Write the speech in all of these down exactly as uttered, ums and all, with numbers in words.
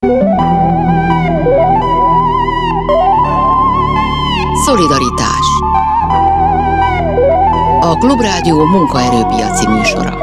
Szolidaritás. A Klubrádió munkaerőpiaci műsora.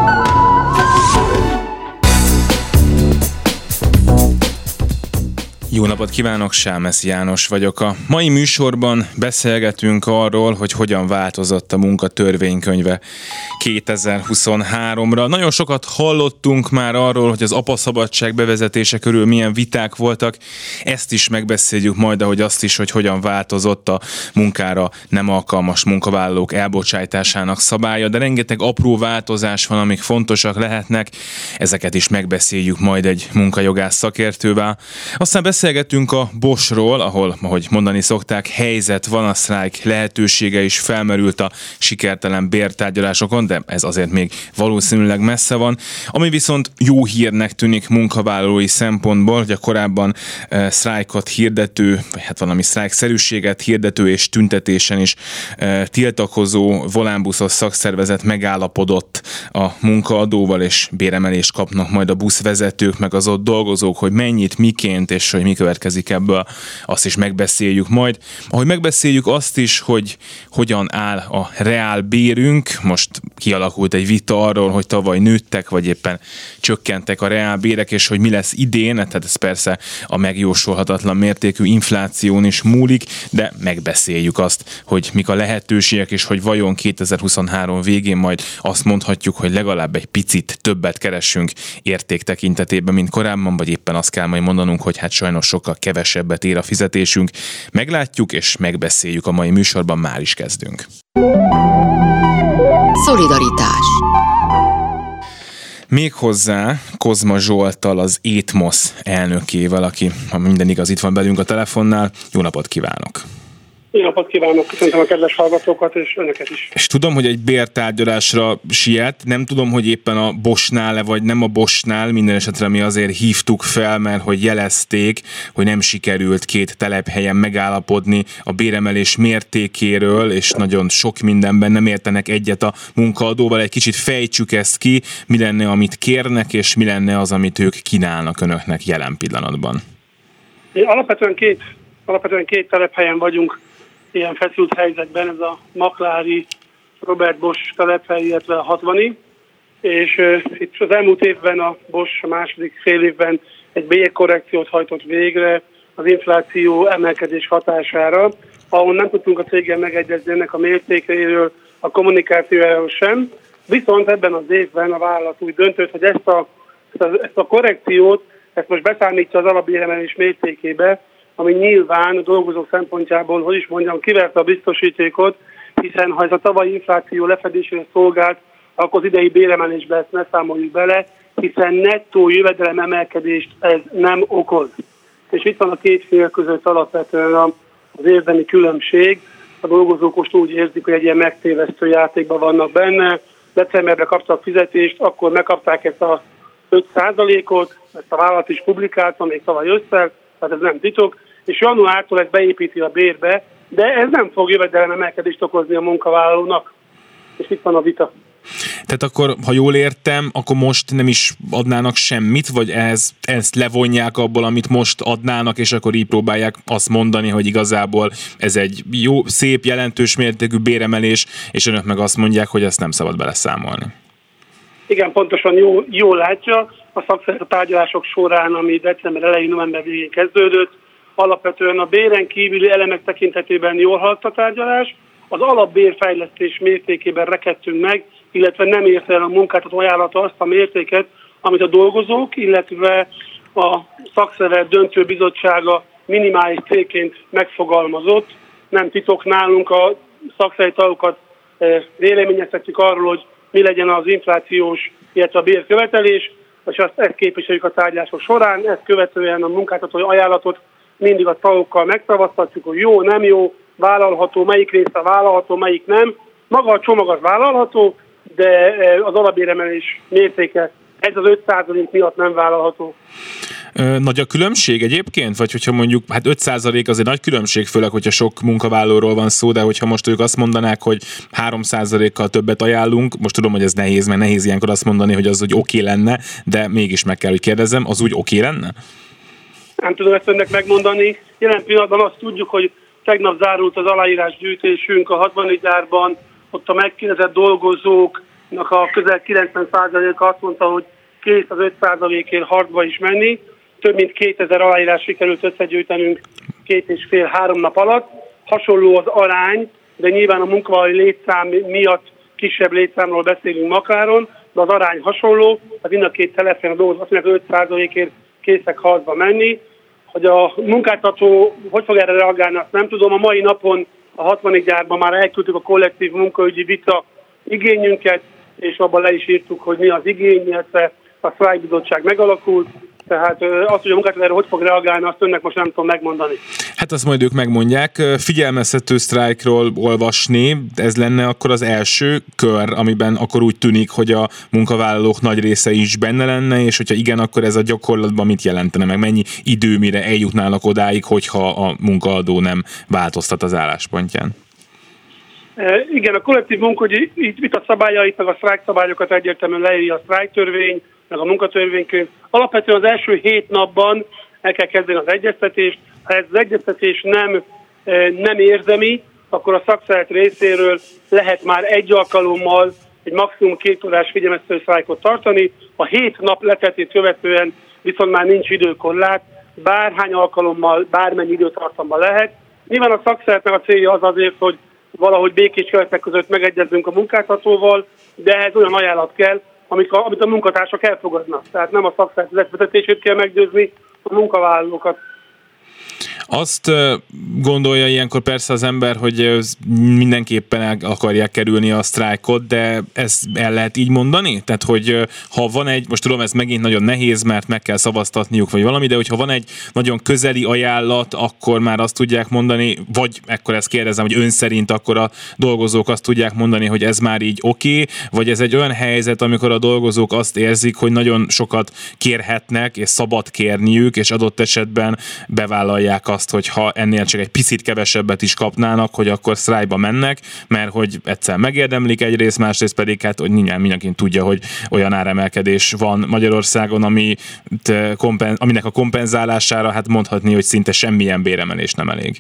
Jó napot kívánok, Sámesz János vagyok. A mai műsorban beszélgetünk arról, hogy hogyan változott a munka törvénykönyve kétezer-huszonháromra. Nagyon sokat hallottunk már arról, hogy az apaszabadság bevezetése körül milyen viták voltak. Ezt is megbeszéljük majd, ahogy azt is, hogy hogyan változott a munkára nem alkalmas munkavállalók elbocsájtásának szabálya, de rengeteg apró változás van, amik fontosak lehetnek. Ezeket is megbeszéljük majd egy munkajogász szakértővel. Aztán beszélgetünk a Boschról, ahol, ahogy mondani szokták, helyzet van, a sztrájk lehetősége is felmerült a sikertelen bértárgyalásokon, de ez azért még valószínűleg messze van. Ami viszont jó hírnek tűnik munkavállalói szempontból, hogy a korábban e, sztrájkot hirdető, vagy hát valami sztrájkszerűséget hirdető és tüntetésen is e, tiltakozó volánbuszos szakszervezet megállapodott a munkaadóval, és béremelést kapnak majd a buszvezetők, meg az ott dolgozók, hogy mennyit, miként, és hogy mi következik ebből, azt is megbeszéljük majd. Ahogy megbeszéljük azt is, hogy hogyan áll a reál bérünk, most kialakult egy vita arról, hogy tavaly nőttek, vagy éppen csökkentek a reál bérek, és hogy mi lesz idén, tehát ez persze a megjósolhatatlan mértékű infláción is múlik, de megbeszéljük azt, hogy mik a lehetőségek, és hogy vajon kétezer-huszonhárom végén majd azt mondhatjuk, hogy legalább egy picit többet keressünk érték tekintetében, mint korábban, vagy éppen azt kell majd mondanunk, hogy hát sajnos sokkal kevesebbet ér a fizetésünk. Meglátjuk és megbeszéljük a mai műsorban, már is kezdünk. Szolidaritás. Méghozzá Kozma Zsolttal, az étmosz elnökével, aki, ha minden igaz, itt van velünk a telefonnál. Jó napot kívánok! Jó napot kívánok, köszöntöm a kedves hallgatókat, és önöket is. És tudom, hogy egy bértárgyalásra siet, nem tudom, hogy éppen a Boschnál-e, vagy nem a Boschnál, minden esetre mi azért hívtuk fel, mert hogy jelezték, hogy nem sikerült két telephelyen megállapodni a béremelés mértékéről, és nagyon sok mindenben nem értenek egyet a munkaadóval. Egy kicsit fejtsük ezt ki, mi lenne, amit kérnek, és mi lenne az, amit ők kínálnak önöknek jelen pillanatban. Alapvetően két, alapvetően két telephelyen vagyunk ilyen feszült helyzetben, ez a Maklári, Robert Bosch telephely, illetve a hatvani, és uh, itt az elmúlt évben a Bosch a második fél évben egy bérkorrekciót hajtott végre az infláció emelkedés hatására, ahol nem tudtunk a céggel megegyezni ennek a mértékéről, a kommunikációjáról sem, viszont ebben az évben a vállalat úgy döntött, hogy ezt a, ezt a, ezt a korrekciót, ezt most beszámítja az alapbéremelés mértékébe, ami nyilván a dolgozók szempontjából, hogy is mondjam, kiverte a biztosítékot, hiszen ha ez a tavalyi infláció lefedésére szolgált, akkor az idei béremelésbe ezt ne számoljuk bele, hiszen nettó jövedelem emelkedést ez nem okoz. És itt van a két fél között alapvetően az érdemi különbség. A dolgozók most úgy érzik, hogy egy ilyen megtévesztő játékban vannak benne. Decemberben kaptak fizetést, akkor megkapták ezt a öt százalékot, ezt a vállalat is publikálta még tavaly ősszel, tehát ez nem titok, és januártól ez beépíti a bérbe, de ez nem fog jövedelem emelkedést okozni a munkavállalónak. És itt van a vita. Tehát akkor, ha jól értem, akkor most nem is adnának semmit, vagy ez, ezt levonják abból, amit most adnának, és akkor így próbálják azt mondani, hogy igazából ez egy jó, szép, jelentős mértékű béremelés, és önök meg azt mondják, hogy ezt nem szabad beleszámolni. Igen, pontosan jó, jól látja. A szakszervezeti tárgyalások során, ami december elején, november végén kezdődött, alapvetően a béren kívüli elemek tekintetében jól haladt a tárgyalás, az alapbérfejlesztés mértékében rekedtünk meg, illetve nem érte el a munkáltató ajánlata azt a mértéket, amit a dolgozók, illetve a szakszervezet döntőbizottsága minimális célként megfogalmazott. Nem titok, nálunk a szakszervezeti tagokat véleményeztetjük arról, hogy mi legyen az inflációs, illetve a bérkövetelés, és azt ezt képviseljük a tárgyalások során, ezt követően a munkáltatói ajánlatot mindig a tagokkal megtavasztatjuk, hogy jó, nem jó, vállalható, melyik része vállalható, melyik nem. Maga a csomag az vállalható, de az alapbéremelés mértéke ez az öt százalék miatt nem vállalható. Nagy a különbség egyébként? Vagy hogyha mondjuk, hát öt százalék azért nagy különbség, főleg, hogyha sok munkavállalóról van szó, de hogyha most ők azt mondanák, hogy három százalékkal többet ajánlunk, most tudom, hogy ez nehéz, mert nehéz ilyenkor azt mondani, hogy az úgy oké lenne, de mégis meg kell, hogy kérdezzem, az úgy oké lenne? nem tudom ezt önnek megmondani. Jelen pillanatban azt tudjuk, hogy tegnap zárult az aláírásgyűjtésünk a hatvanik gyárban, ott a megkérdezett dolgozóknak a közel kilencven százaléka azt mondta, hogy kész az öt százalékért harcba is menni. Több mint kétezer aláírás sikerült összegyűjtenünk két és fél-három nap alatt. Hasonló az arány, de nyilván a munkavállalói létszám miatt kisebb létszámról beszélünk Makláron, de az arány hasonló, az mind a két telefon a dolgozó azt mondják, öt százalékért készek harcba menni. Hogy a munkáltató hogy fog erre reagálni, azt nem tudom. A mai napon a hatvanik gyárban már elküldtük a kollektív munkaügyi vita igényünket, és abban le is írtuk, hogy mi az igény, illetve a sztrájkbizottság megalakult. Tehát azt, hogy a munkáltató erre hogy fog reagálni, azt önnek most nem tudom megmondani. Hát azt majd ők megmondják. Figyelmeztető sztrájkról olvasni, ez lenne akkor az első kör, amiben akkor úgy tűnik, hogy a munkavállalók nagy része is benne lenne, és hogyha igen, akkor ez a gyakorlatban mit jelentene, meg mennyi idő, mire eljutnának odáig, hogyha a munkaadó nem változtat az álláspontján? E, igen, a kollektív munkaügyi vita szabályait, meg a sztrájk szabályokat egyértelműen leírja a sztrájktörvény, meg a munkatörvénykönyv. Alapvetően az első hét napban el kell kezdeni az egyeztetést. Ha ez az egyeztetés nem, nem érdemi, akkor a szakszervezet részéről lehet már egy alkalommal egy maximum két órás figyelmeztető sztrájkot tartani. A hét nap letetét követően viszont már nincs időkorlát, bárhány alkalommal, bármennyi időtartamban lehet. Nyilván a szakszervezetnek a célja az azért, hogy valahogy békés keretek között megegyezzünk a munkáltatóval, de ehhez olyan ajánlat kell, amit a, amit a munkatársak elfogadnak. Tehát nem a szakszervezet vezetését kell meggyőzni, a munkavállalókat. Azt gondolja ilyenkor persze az ember, hogy mindenképpen el akarják kerülni a sztrájkot, de ezt el lehet így mondani? Tehát, hogy ha van egy, most tudom, ez megint nagyon nehéz, mert meg kell szavaztatniuk, vagy valami, de hogyha van egy nagyon közeli ajánlat, akkor már azt tudják mondani, vagy ekkor ezt kérdezem, hogy ön szerint akkor a dolgozók azt tudják mondani, hogy ez már így oké, okay, vagy ez egy olyan helyzet, amikor a dolgozók azt érzik, hogy nagyon sokat kérhetnek, és szabad kérniük, és adott esetben bevállalják azt, hogy ha ennél csak egy picit kevesebbet is kapnának, hogy akkor sztrájkba mennek, mert hogy egyszer megérdemlik egyrészt, másrészt pedig hát, hogy mindjárt mindenki tudja, hogy olyan áremelkedés van Magyarországon, ami, aminek a kompenzálására hát mondhatni, hogy szinte semmilyen béremelés nem elég.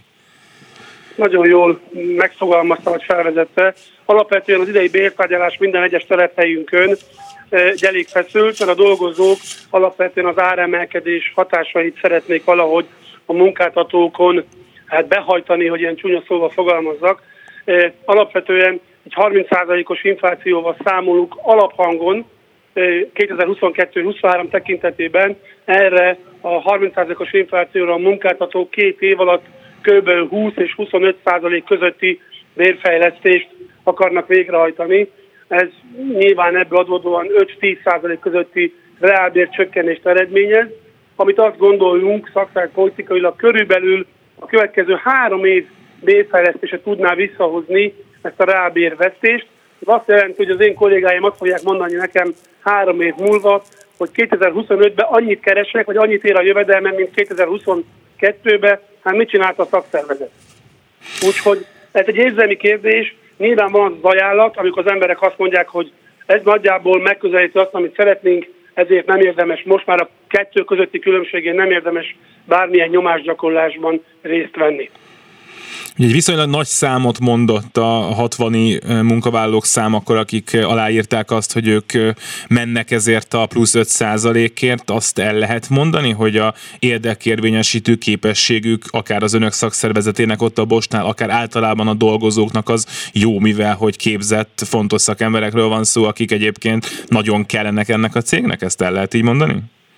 Nagyon jól megfogalmazta, vagy felvezette. Alapvetően az idei bértárgyalás minden egyes telephelyünkön egy elég feszült, mert a dolgozók alapvetően az áremelkedés hatásait szeretnék valahogy a munkáltatókon hát behajtani, hogy ilyen csúnya szóval fogalmazzak. E, alapvetően egy harminc százalékos inflációval számolunk alaphangon e, kétezer-huszonkettő-huszonhárom tekintetében. Erre a harminc százalékos inflációra a munkáltatók két év alatt kb. húsz és huszonöt százalék közötti bérfejlesztést akarnak végrehajtani. Ez nyilván ebből adódóan öt-tíz százalék közötti reálbér csökkenést eredményez, amit azt gondoljunk szakpolitikailag körülbelül a következő három év bérfejlesztése tudná visszahozni ezt a reálbérvesztést. Ez azt jelenti, hogy az én kollégáim azt fogják mondani nekem három év múlva, hogy kétezer-huszonötben annyit keresnek, vagy annyit ér a jövedelmen, mint kétezer-huszonkettőben, hát mit csinált a szakszervezet? Úgyhogy ez egy érzelmi kérdés, nyilván van az ajánlat, amikor az emberek azt mondják, hogy ez nagyjából megközelíti azt, amit szeretnénk, ezért nem érdemes, most már a kettő közötti különbségén nem érdemes bármilyen nyomásgyakorlásban részt venni. Egy viszonylag nagy számot mondott a hatvani munkavállalók szám, akkor akik aláírták azt, hogy ők mennek ezért a plusz öt százalékért. Azt el lehet mondani, hogy a érdekérvényesítő képességük akár az önök szakszervezetének ott a Bosnál, akár általában a dolgozóknak az jó, mivel hogy képzett, fontos szakemberekről van szó, akik egyébként nagyon kellenek ennek a cégnek? Ezt el lehet így mondani?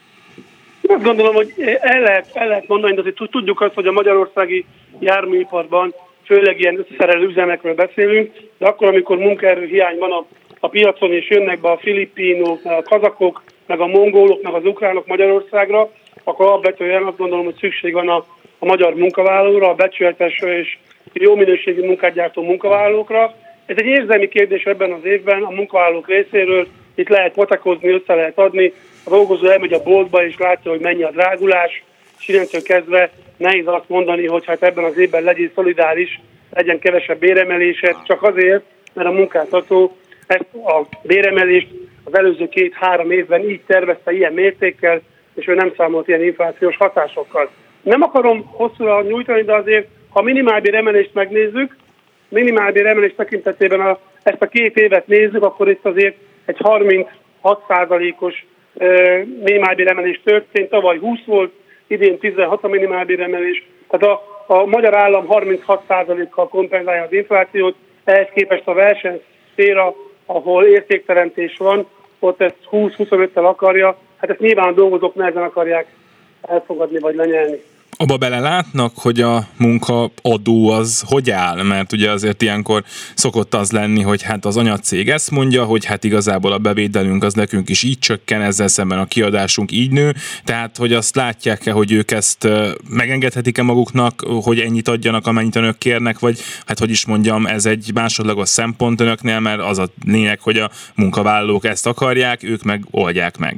Azt gondolom, hogy el lehet, el lehet mondani, de azért tudjuk azt, hogy a magyarországi járműiparban főleg ilyen összeszerelő üzemekről beszélünk, de akkor, amikor munkaerő hiány van a, a piacon, és jönnek be a filipinok, a kazakok, meg a mongolok, meg az ukránok Magyarországra, akkor alapvetően azt gondolom, hogy szükség van a, a magyar munkavállalóra, a becsületes és jó minőségű munkát gyártó munkavállalókra. Ez egy érzelmi kérdés ebben az évben a munkavállalók részéről, itt lehet potakozni, össze lehet adni, a dolgozó elmegy a boltba és látja, hogy mennyi a drágulás, és innentől kezdve nehéz azt mondani, hogy hát ebben az évben legyél szolidáris, legyen kevesebb béremelésed, csak azért, mert a munkáltató ezt a béremelést az előző két-három évben így tervezte, ilyen mértékkel, és ő nem számolt ilyen inflációs hatásokkal. Nem akarom hosszúra nyújtani, de azért, ha a minimálbér emelést megnézzük, minimálbér emelés tekintetében a, ezt a két évet nézzük, akkor itt azért egy harminchat százalékos e, minimálbér emelés történt, tavaly húsz volt, idén tizenhat a minimálbér emelés, tehát a, a magyar állam harminchat százalékkal kompenzálja az inflációt, ehhez képest a versenyszféra, ahol értékteremtés van, ott ezt húsz-huszonöttel akarja, hát ezt nyilván a dolgozók nehezen akarják elfogadni vagy lenyelni. Abba belelátnak, hogy a munkaadó az hogy áll? Mert ugye azért ilyenkor szokott az lenni, hogy hát az anyacég ezt mondja, hogy hát igazából a bevételünk az nekünk is így csökken, ezzel szemben a kiadásunk így nő, tehát hogy azt látják-e, hogy ők ezt megengedhetik-e maguknak, hogy ennyit adjanak, amennyit önök kérnek, vagy hát hogy is mondjam, ez egy másodlagos szempont önöknél, mert az a lényeg, hogy a munkavállalók ezt akarják, ők meg oldják meg.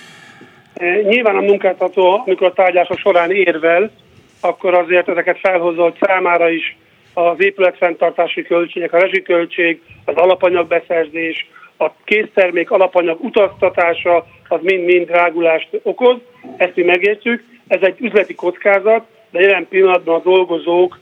Nyilván a munkáltató, amikor a tárgyalások során érvel, akkor azért ezeket felhozza, hogy számára is az épületfenntartási költségek, a rezsiköltség, az alapanyagbeszerzés, a késztermék alapanyag utaztatása, az mind-mind drágulást okoz. Ezt mi megértjük. Ez egy üzleti kockázat, de jelen pillanatban a dolgozók,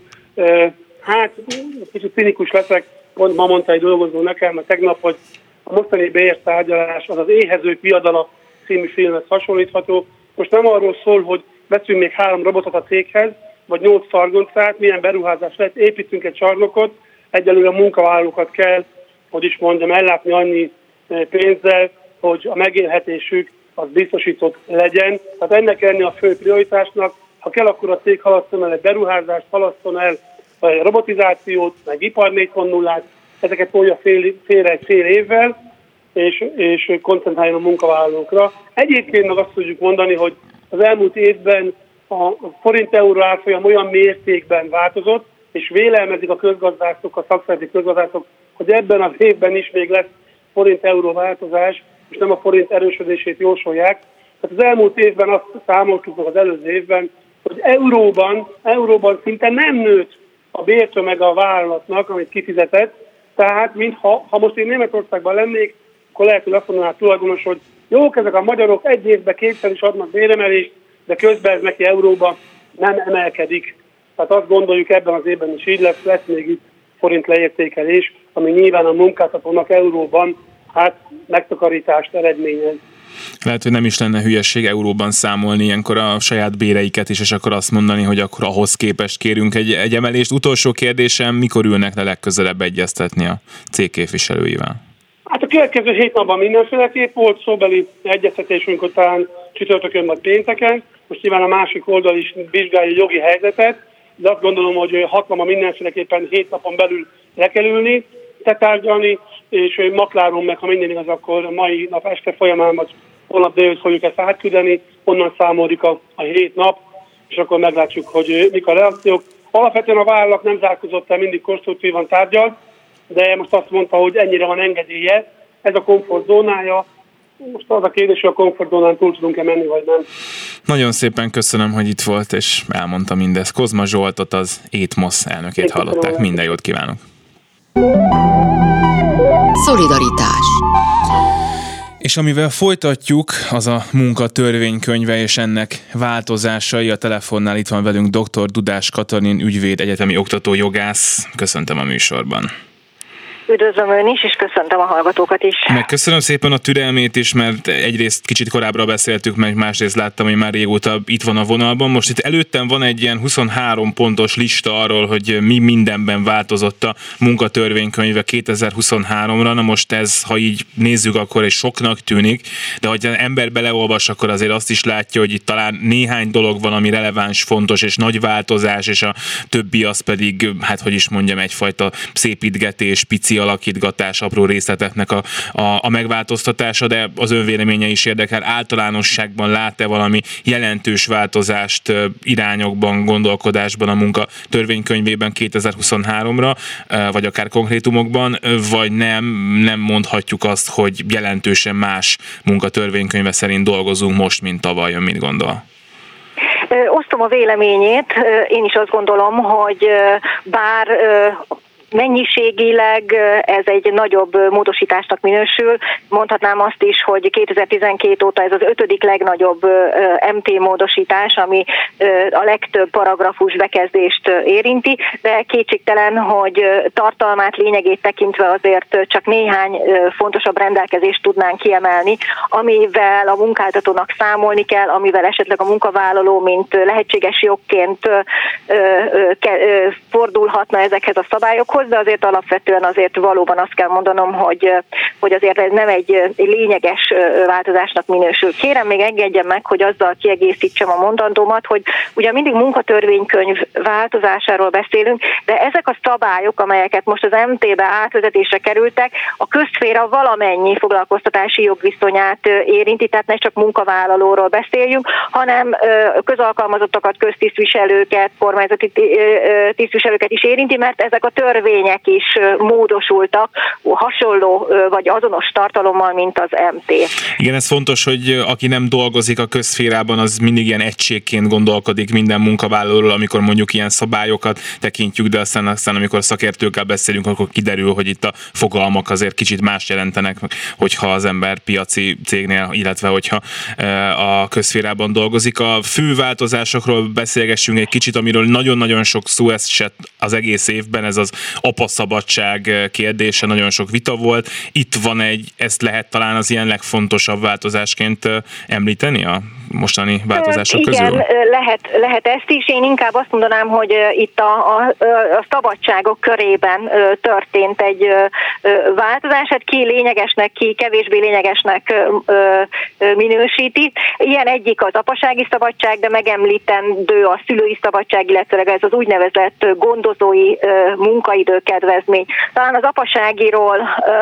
hát kicsit cinikus leszek, pont ma mondta egy dolgozó nekem, mert tegnap, hogy a mostani bértárgyalás az az Éhezők viadala című filmhez hasonlítható. Most nem arról szól, hogy veszünk még három robotot a céghez, vagy nyolc szargoncát, milyen beruházás lett, építünk egy csarnokot, egyelőre a munkavállalókat kell, hogy is mondjam, ellátni annyi pénzzel, hogy a megélhetésük az biztosított legyen. Tehát ennek lenni a fő prioritásnak. Ha kell, akkor a cég halasszon el egy beruházást, halasszon el egy robotizációt, meg ipar négy pont nullát, ezeket tolja fél, félre egy fél évvel, és, és koncentráljon a munkavállalókra. Egyébként meg azt tudjuk mondani, hogy az elmúlt évben a forint-euró árfolyam olyan mértékben változott, és vélelmezik a közgazdászok, a szakszervezeti közgazdászok, hogy ebben az évben is még lesz forint-euró változás, és nem a forint erősödését jósolják. Tehát az elmúlt évben azt számoltuk meg az előző évben, hogy euróban, euróban szinte nem nőtt a bértömeg a vállalatnak, amit kifizetett. Tehát, mintha, ha most én Németországban lennék, akkor lehet, hogy azt mondaná a tulajdonos, hogy jók ezek a magyarok, egy évben kétszer is adnak béremelést, de közben ez neki euróban nem emelkedik. Tehát azt gondoljuk, ebben az évben is így lesz, lesz még itt forint leértékelés, ami nyilván a munkáltatónak euróban hát megtakarítást eredményez. Lehet, hogy nem is lenne hülyesség euróban számolni ilyenkor a saját béreiket is, és akkor azt mondani, hogy akkor ahhoz képest kérünk egy, egy emelést. Utolsó kérdésem, mikor ülnek le legközelebb egyeztetni a cég képviselőivel? Hát a következő hét napban mindenféleképp volt szóbeli egyeztetésünk, hogy talán csütörtökön vagy pénteken. Most nyilván a másik oldal is vizsgálja a jogi helyzetet, de azt gondolom, hogy hat napban mindenféleképpen hét napon belül le kell ülni, tetárgyalni, és Makláron meg, ha minden igaz, akkor mai nap este folyamán, vagy holnap délőtt fogjuk ezt átküldeni, onnan számoljuk a, a hét nap, és akkor meglátjuk, hogy mik a reakciók. Alapvetően a vállalat nem zárkozott el, mindig konstruktívan tárgyal, de most azt mondta, hogy ennyire van engedélye, ez a komfortzónája. Most az a kérdés, hogy a komfortzónán túl tudunk-e menni, vagy nem. Nagyon szépen köszönöm, hogy itt volt, és elmondta mindezt. Kozma Zsoltot, az étmosz elnökét Én hallották. Köszönöm. Minden jót kívánok! Szolidaritás. És amivel folytatjuk, az a munkatörvénykönyve és ennek változásai. A telefonnál itt van velünk dr. Dudás Katalin, ügyvéd, egyetemi oktató, jogász. Köszöntöm a műsorban. Üdvözlöm ön is, és köszöntöm a hallgatókat is. Meg köszönöm szépen a türelmét is, mert egyrészt kicsit korábbra beszéltük, meg másrészt láttam, hogy már régóta itt van a vonalban. Most itt előttem van egy ilyen huszonhárom pontos lista arról, hogy mi mindenben változott a munkatörvénykönyve kétezer-huszonháromra. Na most ez, ha így nézzük, akkor egy soknak tűnik, de ha az ember beleolvas, akkor azért azt is látja, hogy itt talán néhány dolog van, ami releváns, fontos és nagy változás, és a többi az pedig, hát hogy is mondjam, egyfajta szépítgetés, pici alakítgatás, apró részleteknek a, a, a megváltoztatása, de az ön véleménye is érdekel. Általánosságban lát-e valami jelentős változást irányokban, gondolkodásban a munka törvénykönyvében kétezer-huszonháromra, vagy akár konkrétumokban, vagy nem, nem mondhatjuk azt, hogy jelentősen más munkatörvénykönyve szerint dolgozunk most, mint tavaly, ön mit gondol? Osztom a véleményét. Én is azt gondolom, hogy bár Mennyiségileg ez egy nagyobb módosításnak minősül. Mondhatnám azt is, hogy kétezer-tizenkét óta ez az ötödik legnagyobb em té módosítás, ami a legtöbb paragrafus bekezdést érinti, de kétségtelen, hogy tartalmát, lényegét tekintve azért csak néhány fontosabb rendelkezést tudnánk kiemelni, amivel a munkáltatónak számolni kell, amivel esetleg a munkavállaló, mint lehetséges jogként fordulhatna ezekhez a szabályokhoz, de azért alapvetően azért valóban azt kell mondanom, hogy, hogy azért ez nem egy lényeges változásnak minősül. Kérem, még engedjem meg, hogy azzal kiegészítsem a mondandómat, hogy ugye mindig munkatörvénykönyv változásáról beszélünk, de ezek a szabályok, amelyeket most az em té-be átvezetésre kerültek, a közszféra valamennyi foglalkoztatási jogviszonyát érinti, tehát ne csak munkavállalóról beszéljünk, hanem közalkalmazottakat, köztisztviselőket, kormányzati tisztviselőket is érinti, mert ezek a törvények is módosultak hasonló vagy azonos tartalommal, mint az em té. Igen, ez fontos, hogy aki nem dolgozik a közszférában, az mindig ilyen egységként gondolkodik minden munkavállalóról, amikor mondjuk ilyen szabályokat tekintjük, de aztán, aztán amikor szakértőkkel beszélünk, akkor kiderül, hogy itt a fogalmak azért kicsit más jelentenek, hogyha az ember piaci cégnél, illetve hogyha a közszférában dolgozik. A fő változásokról beszélgessünk egy kicsit, amiről nagyon-nagyon sok szó esett az egész évben, ez az apaszabadság kérdése, nagyon sok vita volt. Itt van egy, ezt lehet talán az ilyen legfontosabb változásként említeni a mostani változások Igen, közül? Igen, lehet, lehet ezt is. Én inkább azt mondanám, hogy itt a, a, a szabadságok körében történt egy változás, hát ki lényegesnek, ki kevésbé lényegesnek minősíti. Ilyen egyik az apasági szabadság, de megemlítendő a szülői szabadság, illetve ez az úgynevezett gondozói munkaidőkedvezmény. Talán az apaságiról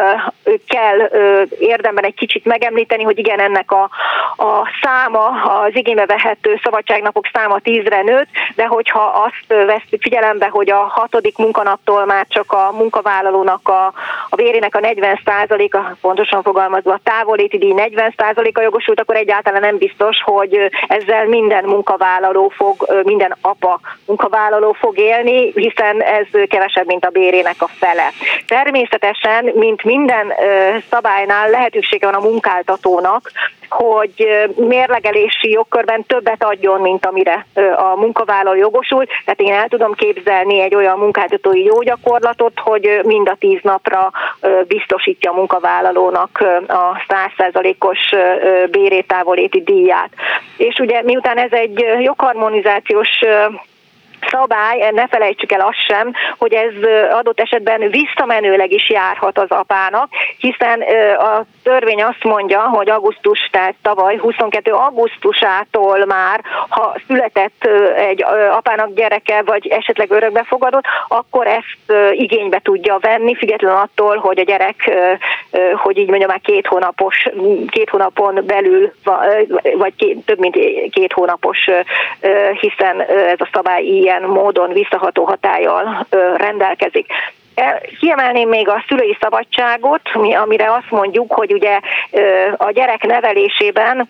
kell érdemben egy kicsit megemlíteni, hogy igen, ennek a, a száma, az igénybe vehető szabadságnapok száma tízre nőtt, de hogyha azt vesztük figyelembe, hogy a hatodik munkanaptól már csak a munkavállalónak a, a bérének a negyven százaléka, pontosan fogalmazva a távolléti díj negyven százaléka jogosult, akkor egyáltalán nem biztos, hogy ezzel minden munkavállaló fog, minden apa munkavállaló fog élni, hiszen ez kevesebb, mint a bérének a fele. Természetesen, mint minden szabálynál lehetősége van a munkáltatónak, hogy mérlegelési jogkörben többet adjon, mint amire a munkavállaló jogosult. Tehát én el tudom képzelni egy olyan munkáltatói jó gyakorlatot, hogy mind a tíz napra biztosítja a munkavállalónak a száz százalékos bérétávoléti díját. És ugye miután ez egy jogharmonizációs szabály, ne felejtsük el azt sem, hogy ez adott esetben visszamenőleg is járhat az apának, hiszen a törvény azt mondja, hogy augusztus, tehát tavaly huszonkettő augusztusától már, ha született egy apának gyereke, vagy esetleg örökbefogadott, akkor ezt igénybe tudja venni, függetlenül attól, hogy a gyerek, hogy így mondjam, már két hónapos, két hónapon belül, vagy két, több mint két hónapos, hiszen ez a szabály ilyen módon visszaható hatállyal rendelkezik. Kiemelném még a szülői szabadságot, amire azt mondjuk, hogy ugye a gyerek nevelésében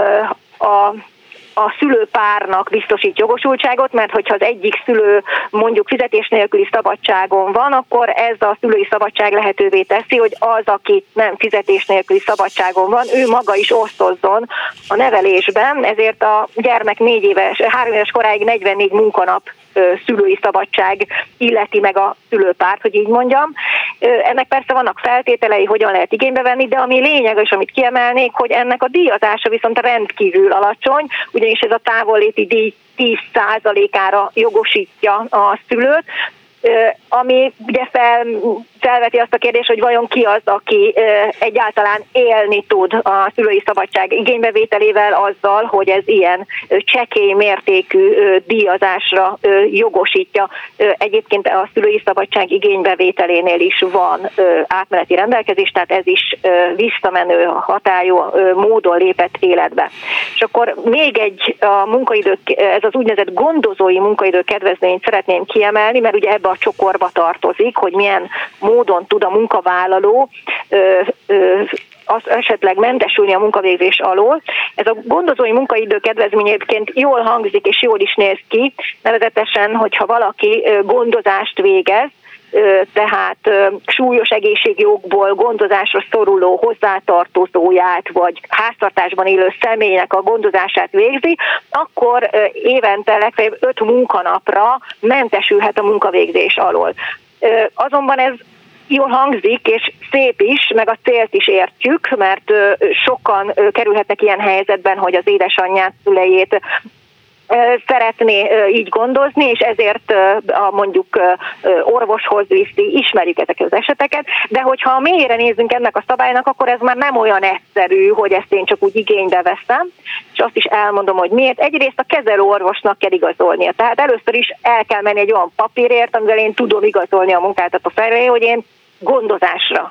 a a szülőpárnak biztosít jogosultságot, mert hogyha az egyik szülő mondjuk fizetés nélküli szabadságon van, akkor ez a szülői szabadság lehetővé teszi, hogy az, aki nem fizetés nélküli szabadságon van, ő maga is osztozzon a nevelésben, ezért a gyermek négy éves, három éves koráig negyvennégy munkanap szülői szabadság illeti meg a szülőpárt, hogy így mondjam. Ennek persze vannak feltételei, hogyan lehet igénybe venni, de ami lényeges, amit kiemelnék, hogy ennek a díjazása viszont rendkívül alacsony, ugyanis ez a távolléti díj tíz százalékára jogosítja a szülőt, ami ugye fel, felveti azt a kérdést, hogy vajon ki az, aki egyáltalán élni tud a szülői szabadság igénybevételével azzal, hogy ez ilyen csekély mértékű díjazásra jogosítja. Egyébként a szülői szabadság igénybevételénél is van átmeneti rendelkezés, tehát ez is visszamenő hatályú módon lépett életbe. És akkor még egy a munkaidő, ez az úgynevezett gondozói munkaidő kedvezményt szeretném kiemelni, mert ugye ebbe a csokorba tartozik, hogy milyen módon tud a munkavállaló ö, ö, az esetleg mentesülni a munkavégzés alól. Ez a gondozói munkaidő kedvezményként jól hangzik és jól is néz ki, nevezetesen, hogyha valaki gondozást végez, tehát súlyos egészségi okból gondozásra szoruló hozzátartozóját, vagy háztartásban élő személynek a gondozását végzi, akkor évente legfeljebb öt munkanapra mentesülhet a munkavégzés alól. Azonban ez jól hangzik, és szép is, meg a célt is értjük, mert sokan kerülhetnek ilyen helyzetben, hogy az édesanyját, szülejét szeretné így gondozni, és ezért a mondjuk orvoshoz viszi, ismerjük ezeket az eseteket, de hogyha a mélyére nézzünk ennek a szabálynak, akkor ez már nem olyan egyszerű, hogy ezt én csak úgy igénybe veszem, és azt is elmondom, hogy miért. Egyrészt a kezelő orvosnak kell igazolnia, tehát először is el kell menni egy olyan papírért, amivel én tudom igazolni a munkáltató felé, hogy én gondozásra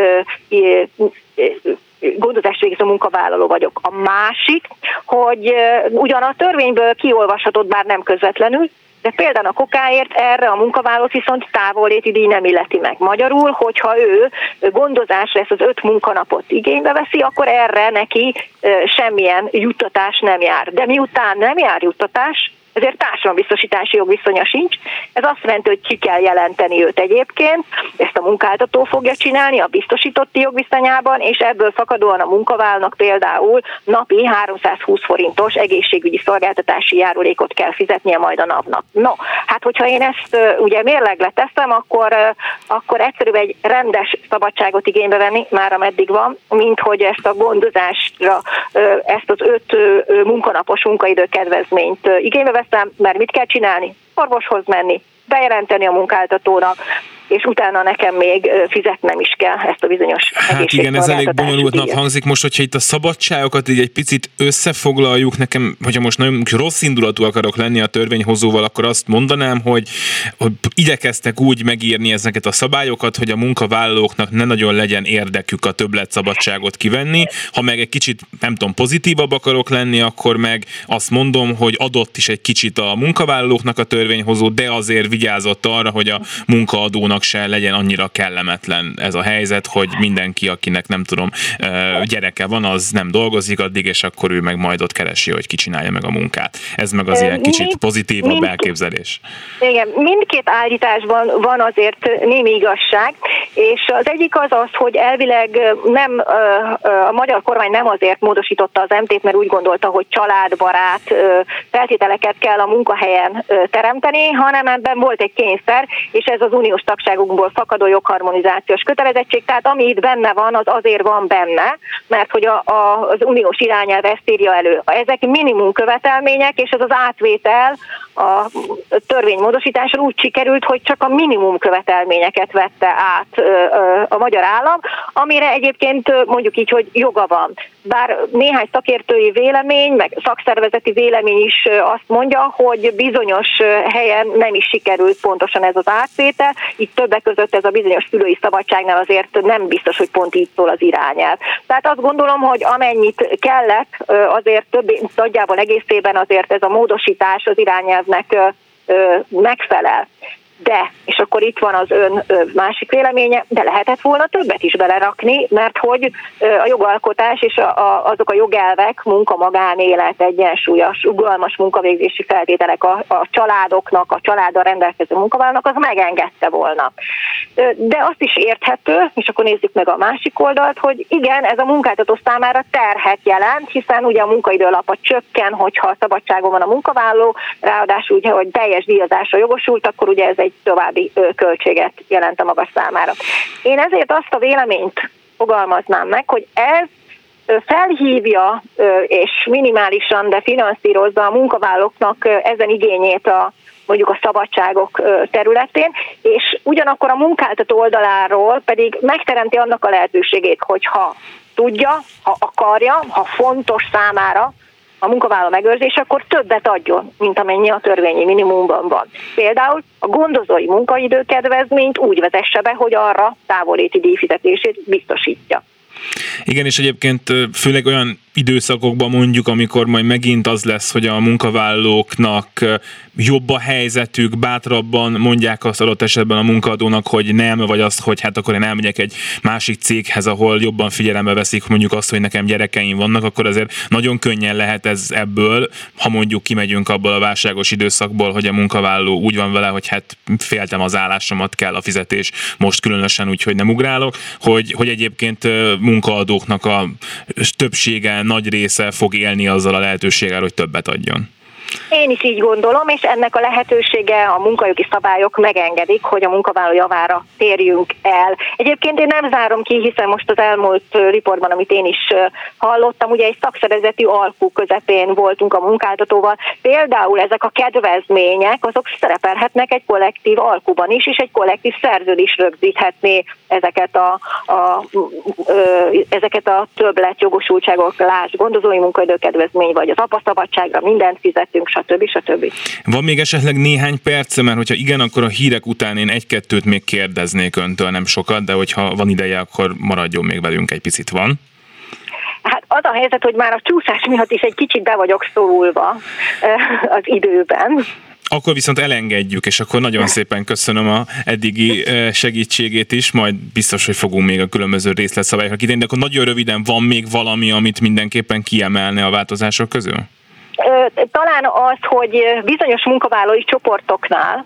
gondozást végző munkavállaló vagyok. A másik, hogy ugyan a törvényből kiolvashatod, bár nem közvetlenül, de például a kokáért erre a munkavállalót viszont távolléti díj nem illeti meg. Magyarul, hogyha ő gondozásra ezt az öt munkanapot igénybe veszi, akkor erre neki semmilyen juttatás nem jár. De miután nem jár juttatás, ezért társadalombiztosítási jogviszonya sincs. Ez azt jelenti, hogy ki kell jelenteni őt egyébként, ezt a munkáltató fogja csinálni a biztosítotti jogviszonyában, és ebből fakadóan a munkavállalónak például napi háromszázhúsz forintos egészségügyi szolgáltatási járulékot kell fizetnie majd a napnak. No, hát hogyha én ezt ugye mérlegre teszem, akkor, akkor egyszerűbb egy rendes szabadságot igénybe venni, már ameddig van, mint hogy ezt a gondozásra, ezt az öt munkanapos munkaidő kedvezményt igénybe veszem, mert mit kell csinálni? Orvoshoz menni, bejelenteni a munkáltatónak, és utána nekem még fizetnem is kell ezt a bizonyos Hát igen, ez elég bonyolultnak hangzik. Most, hogyha itt a szabadságokat így egy picit összefoglaljuk, nekem, hogyha most nagyon rossz indulatú akarok lenni a törvényhozóval, akkor azt mondanám, hogy, hogy igyekeztek úgy megírni ezeket a szabályokat, hogy a munkavállalóknak ne nagyon legyen érdekük a többlet szabadságot kivenni. Ha meg egy kicsit, nem tudom, pozitívabb akarok lenni, akkor meg azt mondom, hogy adott is egy kicsit a munkavállalóknak a törvényhozó, de azért vigyázott arra, hogy a munkaadónak se legyen annyira kellemetlen ez a helyzet, hogy mindenki, akinek nem tudom, gyereke van, az nem dolgozik addig, és akkor ő meg majd ott keresi, hogy ki csinálja meg a munkát. Ez meg az ilyen kicsit pozitívabb mind, elképzelés. Igen, mindkét állításban van azért némi igazság, és az egyik az az, hogy elvileg nem, a magyar kormány nem azért módosította az em té-t, mert úgy gondolta, hogy családbarát feltételeket kell a munkahelyen teremteni, hanem ebben volt egy kényszer, és ez az uniós tagságunkból fakadó jogharmonizációs kötelezettség, tehát ami itt benne van, az azért van benne, mert hogy a, a, az uniós irányelv ezt írja elő. Ezek minimum követelmények, és ez az átvétel a törvénymódosításon úgy sikerült, hogy csak a minimum követelményeket vette át a magyar állam, amire egyébként mondjuk így, hogy joga van. Bár néhány szakértői vélemény, meg szakszervezeti vélemény is azt mondja, hogy bizonyos helyen nem is sikerült pontosan ez az átvétel, itt többek között ez a bizonyos szülői szabadságnál azért nem biztos, hogy pont így szól az irányelv. Tehát azt gondolom, hogy amennyit kellett, azért több, nagyjából egészében azért ez a módosítás az irányelvnek megfelel. De, és akkor itt van az ön másik véleménye, de lehetett volna többet is belerakni, mert hogy a jogalkotás és a, a, azok a jogelvek, munka, magánélet, egyensúlyos, ugalmas munkavégzési feltételek a, a családoknak, a családdal rendelkező munkavállalónak, az megengedte volna. De azt is érthető, és akkor nézzük meg a másik oldalt, hogy igen, ez a munkáltató számára terhet jelent, hiszen ugye a munkaidő alapa csökken, hogyha szabadságon van a munkavállaló, ráadásul ugye, hogy teljes díjazásra jogosult, akkor ugye ez egy további költséget jelent a maga számára. Én ezért azt a véleményt fogalmaznám meg, hogy ez felhívja és minimálisan, de finanszírozza a munkavállalóknak ezen igényét a mondjuk a szabadságok területén, és ugyanakkor a munkáltató oldaláról pedig megteremti annak a lehetőségét, hogyha tudja, ha akarja, ha fontos számára a munkavállaló megőrzése, akkor többet adjon, mint amennyi a törvényi minimumban van. Például a gondozói munkaidőkedvezményt úgy vezesse be, hogy arra távolléti díjfizetését biztosítja. Igen, és egyébként főleg olyan időszakokban mondjuk, amikor majd megint az lesz, hogy a munkavállalóknak jobb a helyzetük, bátrabban mondják azt adott esetben a munkaadónak, hogy nem, vagy azt, hogy hát akkor én elmegyek egy másik céghez, ahol jobban figyelembe veszik mondjuk azt, hogy nekem gyerekeim vannak, akkor azért nagyon könnyen lehet ez ebből, ha mondjuk kimegyünk abból a válságos időszakból, hogy a munkavállaló úgy van vele, hogy hát féltem az állásomat, kell a fizetés, most különösen úgy, hogy nem ugrálok, hogy, hogy egyébként munkaadóknak a többsége, nagy része fog élni azzal a lehetőséggel, hogy többet adjon. Én is így gondolom, és ennek a lehetősége a munkajogi szabályok megengedik, hogy a munkavállaló javára térjünk el. Egyébként én nem zárom ki, hiszen most az elmúlt riportban, amit én is hallottam, ugye egy szakszervezeti alkú közepén voltunk a munkáltatóval. Például ezek a kedvezmények, azok szerepelhetnek egy kollektív alkuban is, és egy kollektív szerződés rögzíthetné ezeket a, a, ezeket a többletjogosultságok, lásd, gondozói munkaidő kedvezmény, vagy az apaszabadságra mindent fizetünk, stb. stb. Van még esetleg néhány perc, mert hogyha igen, akkor a hírek után én egy-kettőt még kérdeznék öntől, nem sokat, de hogyha van ideje, akkor maradjon még velünk egy picit, van? Hát az a helyzet, hogy már a csúszás miatt is egy kicsit be vagyok szorulva az időben. Akkor viszont elengedjük, és akkor nagyon szépen köszönöm a eddigi segítségét is, majd biztos, hogy fogunk még a különböző részletszabályokra kitérni, de akkor nagyon röviden van még valami, amit mindenképpen kiemelne a változások közül? Talán az, hogy bizonyos munkavállalói csoportoknál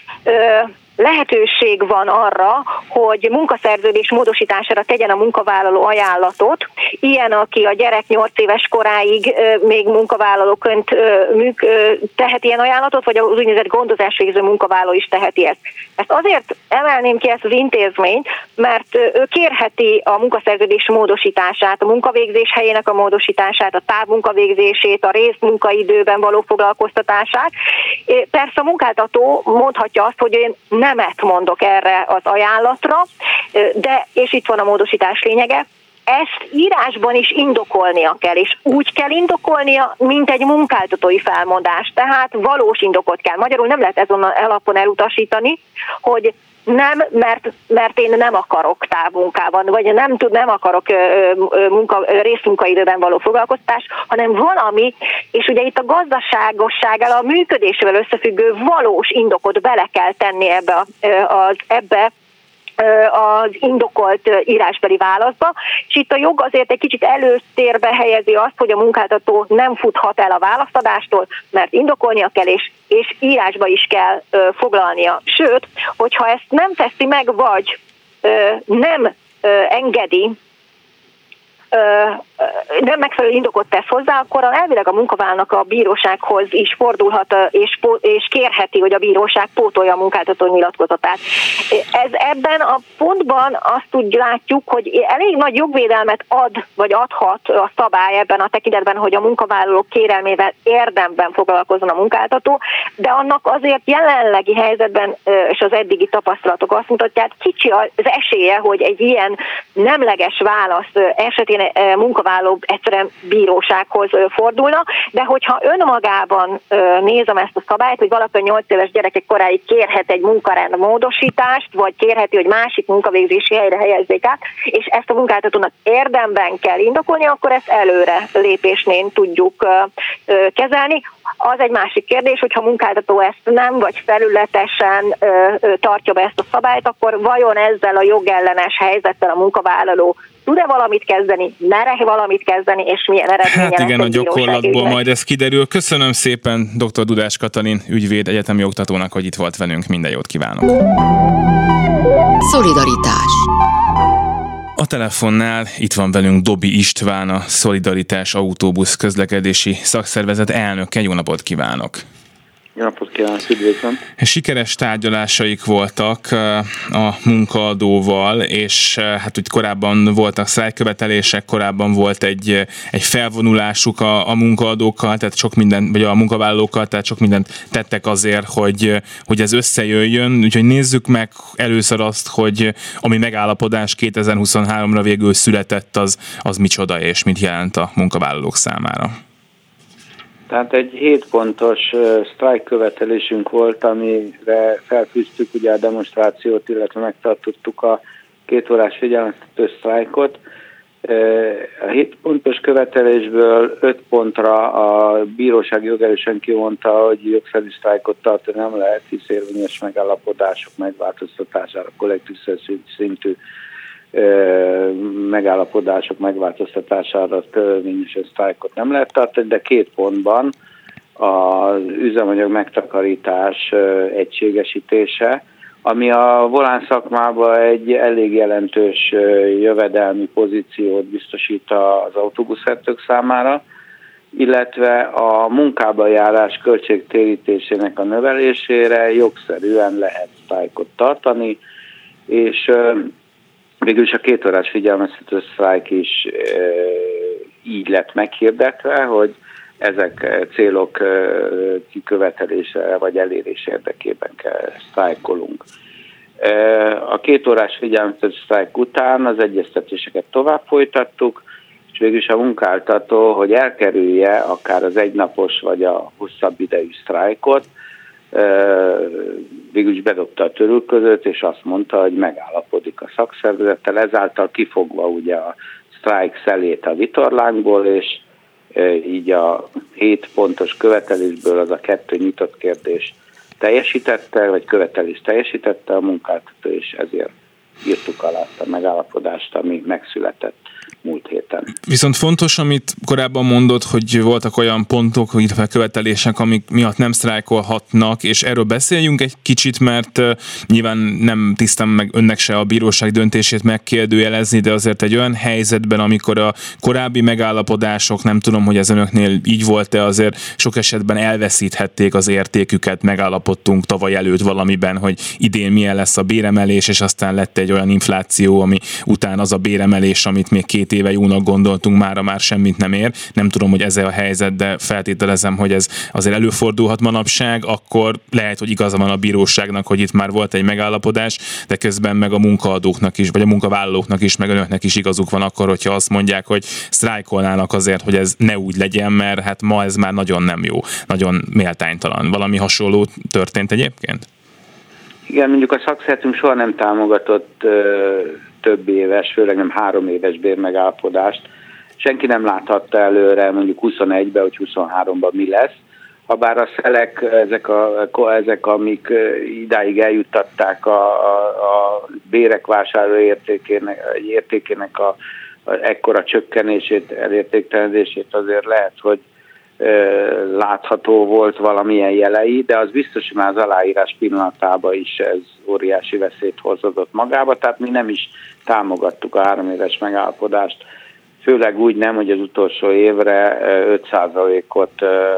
lehetőség van arra, hogy munkaszerződés módosítására tegyen a munkavállaló ajánlatot. Ilyen, aki a gyerek nyolc éves koráig még munkavállalóként tehet ilyen ajánlatot, vagy az úgynevezett gondozás végző munkavállaló is teheti ezt. Ezt azért emelném ki ezt az intézményt, mert ő kérheti a munkaszerződés módosítását, a munkavégzés helyének a módosítását, a távmunkavégzését, a részmunkaidőben való foglalkoztatását. Persze a munkáltató mondhatja azt, hogy én nemet mondok erre az ajánlatra, de, és itt van a módosítás lényege, ezt írásban is indokolnia kell, és úgy kell indokolnia, mint egy munkáltatói felmondás. Tehát valós indokot kell. Magyarul nem lehet ezen alapon elutasítani, hogy nem, mert, mert én nem akarok távmunkában, vagy nem tud, nem akarok munka, részmunkaidőben való foglalkoztást, hanem valami, és ugye itt a gazdaságossággal, a működésével összefüggő valós indokot bele kell tenni ebbe, a, az, ebbe az indokolt írásbeli válaszba, és itt a jog azért egy kicsit előtérbe helyezi azt, hogy a munkáltató nem futhat el a válaszadástól, mert indokolnia kell, és, és írásba is kell ö, foglalnia. Sőt, hogyha ezt nem teszi meg, vagy ö, nem ö, engedi, nem megfelelő indokot tesz hozzá, akkor elvileg a munkavállalónak a bírósághoz is fordulhat, és, és kérheti, hogy a bíróság pótolja a munkáltató nyilatkozatát. Ez ebben a pontban azt úgy látjuk, hogy elég nagy jogvédelmet ad, vagy adhat a szabály ebben a tekintetben, hogy a munkavállalók kérelmével érdemben foglalkozzon a munkáltató, de annak azért jelenlegi helyzetben, és az eddigi tapasztalatok azt mutatják, kicsi az esélye, hogy egy ilyen nemleges válasz esetén munkavállaló egyszerűen bírósághoz fordulna, de hogyha önmagában nézem ezt a szabályt, hogy valaki a nyolc éves gyerekek koráig kérhet egy munkarend módosítást, vagy kérheti, hogy másik munkavégzési helyre helyezzék át, és ezt a munkáltatónak érdemben kell indokolni, akkor ezt előre lépésnél tudjuk kezelni. Az egy másik kérdés, hogyha a munkáltató ezt nem, vagy felületesen tartja be ezt a szabályt, akkor vajon ezzel a jogellenes helyzettel a munkavállaló tud-e valamit kezdeni, mere valamit kezdeni, és milyen eredménye lesz? Hát igen, a gyakorlatból majd ez kiderül. Köszönöm szépen dr. Dudás Katalin ügyvéd egyetemi oktatónak, hogy itt volt velünk. Minden jót kívánok! Szolidaritás. A telefonnál itt van velünk Dobi István, a Szolidaritás autóbusz közlekedési szakszervezet elnöke. Jó napot kívánok! Jó napot kívánok, üdvözlöm! Sikeres tárgyalásaik voltak a munkaadóval, és hát úgy korábban voltak sztrájkkövetelések, korábban volt egy, egy felvonulásuk a, a munkaadókkal, tehát sok minden, vagy a munkavállalókkal, tehát sok mindent tettek azért, hogy, hogy ez összejöjjön. Úgyhogy nézzük meg először azt, hogy ami megállapodás kétezer-huszonháromra végül született, az, az micsoda és mit jelent a munkavállalók számára. Tehát egy hét pontos uh, sztrájk követelésünk volt, amire felfűztük ugye a demonstrációt, illetve megtartottuk a két órás figyelmeztető sztrájkot. A hét pontos követelésből öt pontra a bíróság jogerősen kimondta, hogy jogszerű sztrájkot tartani nem lehet, hisz érvényes megállapodások megváltoztatására, kollektív szintű megállapodások megváltoztatására törvényesen sztrájkot nem lehet tartani, de két pontban az üzemanyag megtakarítás egységesítése, ami a volán szakmában egy elég jelentős jövedelmi pozíciót biztosít az autóbuszvezetők számára, illetve a munkába járás költségtérítésének a növelésére jogszerűen lehet sztrájkot tartani, és végül is a két órás figyelmeztető sztrájk is így lett meghirdetve, hogy ezek célok kikövetelése vagy elérés érdekében kell sztrájkolunk. A két órás figyelmeztető sztrájk után az egyeztetéseket tovább folytattuk, és végül is a munkáltató, hogy elkerülje akár az egynapos vagy a hosszabb idejű sztrájkot, végül is bedobta a törülközőt, és azt mondta, hogy megállapodik a szakszervezettel, ezáltal kifogva ugye a sztrájk szelét a vitorlánkból, és így a hét pontos követelésből az a kettő nyitott kérdés teljesítette, vagy követelés teljesítette a munkáltató, és ezért írtuk alá a megállapodást, ami megszületett múlt héten. Viszont fontos, amit korábban mondott, hogy voltak olyan pontok, illetve követelések, amik miatt nem sztrájkolhatnak, és erről beszéljünk egy kicsit, mert uh, nyilván nem tisztem meg önnek se a bíróság döntését megkérdőjelezni, de azért egy olyan helyzetben, amikor a korábbi megállapodások, nem tudom, hogy ez önöknél így volt-e, azért sok esetben elveszíthették az értéküket, megállapodtunk tavaly előtt valamiben, hogy idén milyen lesz a béremelés, és aztán lett egy olyan infláció, ami után az a béremelés, amit még két éve jónak gondoltunk, mára már semmit nem ér. Nem tudom, hogy ez a helyzet, de feltételezem, hogy ez azért előfordulhat manapság, akkor lehet, hogy igaza van a bíróságnak, hogy itt már volt egy megállapodás, de közben meg a munkaadóknak is, vagy a munkavállalóknak is, meg önöknek is igazuk van akkor, hogyha azt mondják, hogy sztrájkolnának azért, hogy ez ne úgy legyen, mert hát ma ez már nagyon nem jó, nagyon méltánytalan. Valami hasonló történt egyébként? Igen, mondjuk a szakszervezetünk soha nem támogatott több éves, főleg nem három éves bérmegállapodást. Senki nem láthatta előre mondjuk huszonegyben vagy huszonháromban mi lesz. Habár a szelek, ezek, a, ezek amik idáig eljuttatták a, a, a bérek vásárló értékének, értékének a, a ekkora csökkenését, elértéktelenedését, azért lehet, hogy látható volt valamilyen jelei, de az biztos, hogy már az aláírás pillanatában is ez óriási veszélyt hozott magába, tehát mi nem is támogattuk a három éves megállapodást, főleg úgy nem, hogy az utolsó évre öt százalékot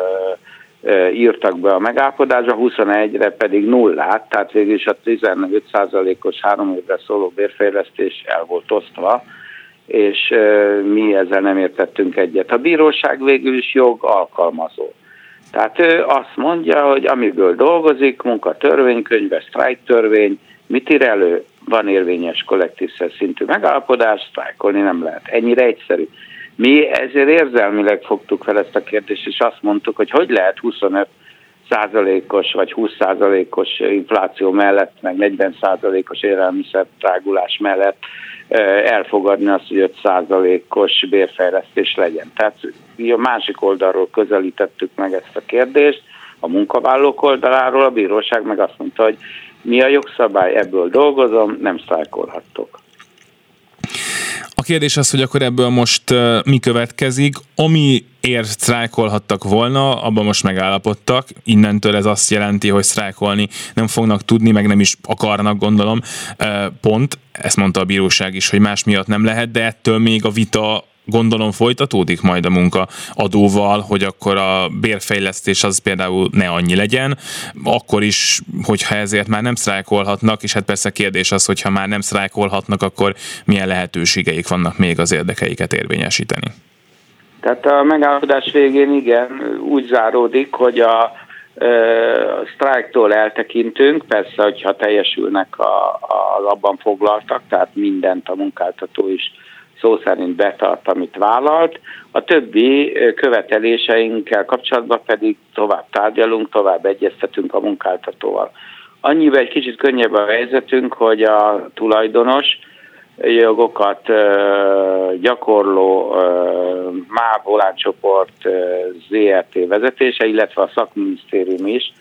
írtak be a megállapodásra, huszonegyre pedig nullát, tehát végül is a tizenöt százalékos három évre szóló bérfejlesztés el volt osztva, és mi ezzel nem értettünk egyet. A bíróság végül is jog alkalmazó. Tehát ő azt mondja, hogy amiből dolgozik, munkatörvénykönyve, sztrájktörvény, mit ír elő? Van érvényes kollektív szintű megállapodás, sztrájkolni nem lehet. Ennyire egyszerű. Mi ezért érzelmileg fogtuk fel ezt a kérdést, és azt mondtuk, hogy hogy lehet huszonöt százalékos vagy húsz százalékos infláció mellett, meg negyven százalékos élelmiszerdrágulás mellett elfogadni azt, hogy öt százalékos bérfejlesztés legyen. Tehát a másik oldalról közelítettük meg ezt a kérdést, a munkavállalók oldaláról, a bíróság meg azt mondta, hogy mi a jogszabály, ebből dolgozom, nem sztrájkolhattok. A kérdés az, hogy akkor ebből most uh, mi következik, amiért sztrájkolhattak volna, abban most megállapodtak, innentől ez azt jelenti, hogy sztrájkolni nem fognak tudni, meg nem is akarnak, gondolom, uh, pont, ezt mondta a bíróság is, hogy más miatt nem lehet, de ettől még a vita gondolom folytatódik majd a munkaadóval, hogy akkor a bérfejlesztés az például ne annyi legyen, akkor is, hogyha ezért már nem sztrájkolhatnak, és hát persze kérdés az, hogyha már nem sztrájkolhatnak, akkor milyen lehetőségeik vannak még az érdekeiket érvényesíteni. Tehát a megállapodás végén igen, úgy záródik, hogy a, a sztrájktól eltekintünk, persze, hogyha teljesülnek a, az abban foglaltak, tehát mindent a munkáltató is szó szerint betart, amit vállalt. A többi követeléseinkkel kapcsolatban pedig tovább tárgyalunk, tovább egyeztetünk a munkáltatóval. Annyiban egy kicsit könnyebb a helyzetünk, hogy a tulajdonos jogokat gyakorló MÁV Volán csoport zé er té vezetése, illetve a szakminisztérium is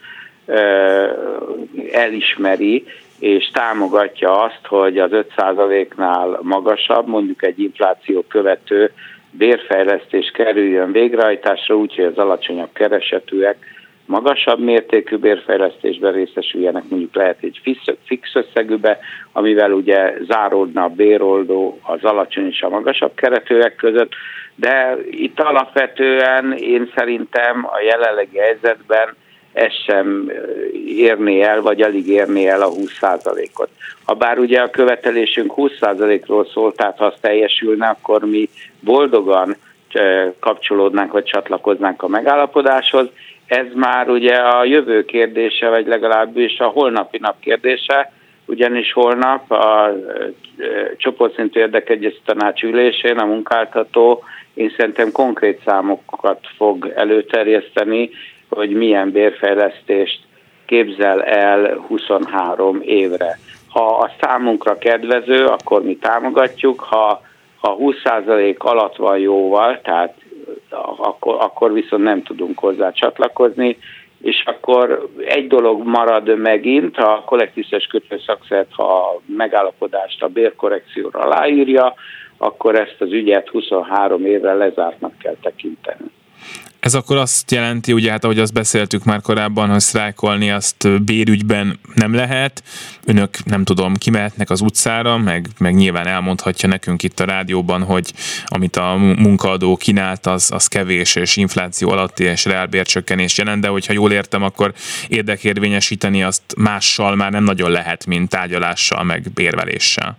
elismeri és támogatja azt, hogy az öt százaléknál magasabb, mondjuk egy infláció követő bérfejlesztés kerüljön végrehajtásra, úgyhogy az alacsonyabb keresetűek magasabb mértékű bérfejlesztésben részesüljenek, mondjuk lehet egy fix összegűbe, amivel ugye záródna a béroldó az alacsony és a magasabb keretűek között, de itt alapvetően én szerintem a jelenlegi helyzetben ez sem érné el, vagy alig érné el a húsz százalékot. Habár ugye a követelésünk húsz százalékról szólt, tehát ha az teljesülne, akkor mi boldogan kapcsolódnánk, vagy csatlakoznánk a megállapodáshoz. Ez már ugye a jövő kérdése, vagy legalábbis a holnapi nap kérdése, ugyanis holnap a csoportszintű érdekegyező tanács ülésén a munkáltató én szerintem konkrét számokat fog előterjeszteni, hogy milyen bérfejlesztést képzel el huszonhárom évre. Ha a számunkra kedvező, akkor mi támogatjuk, ha, ha húsz százalék alatt van jóval, tehát akkor, akkor viszont nem tudunk hozzá csatlakozni, és akkor egy dolog marad megint, a kollektív kötőszakszerv, ha a megállapodást a bérkorrekcióra aláírja, akkor ezt az ügyet huszonhárom évre lezártnak kell tekinteni. Ez akkor azt jelenti, ugye hát ahogy azt beszéltük már korábban, hogy sztrájkolni azt bérügyben nem lehet. Önök, nem tudom, kimehetnek az utcára, meg, meg nyilván elmondhatja nekünk itt a rádióban, hogy amit a munkaadó kínált, az, az kevés és infláció alatti és reálbércsökkenés jelent, de hogyha jól értem, akkor érdekérvényesíteni azt mással már nem nagyon lehet, mint tárgyalással, meg bérveléssel.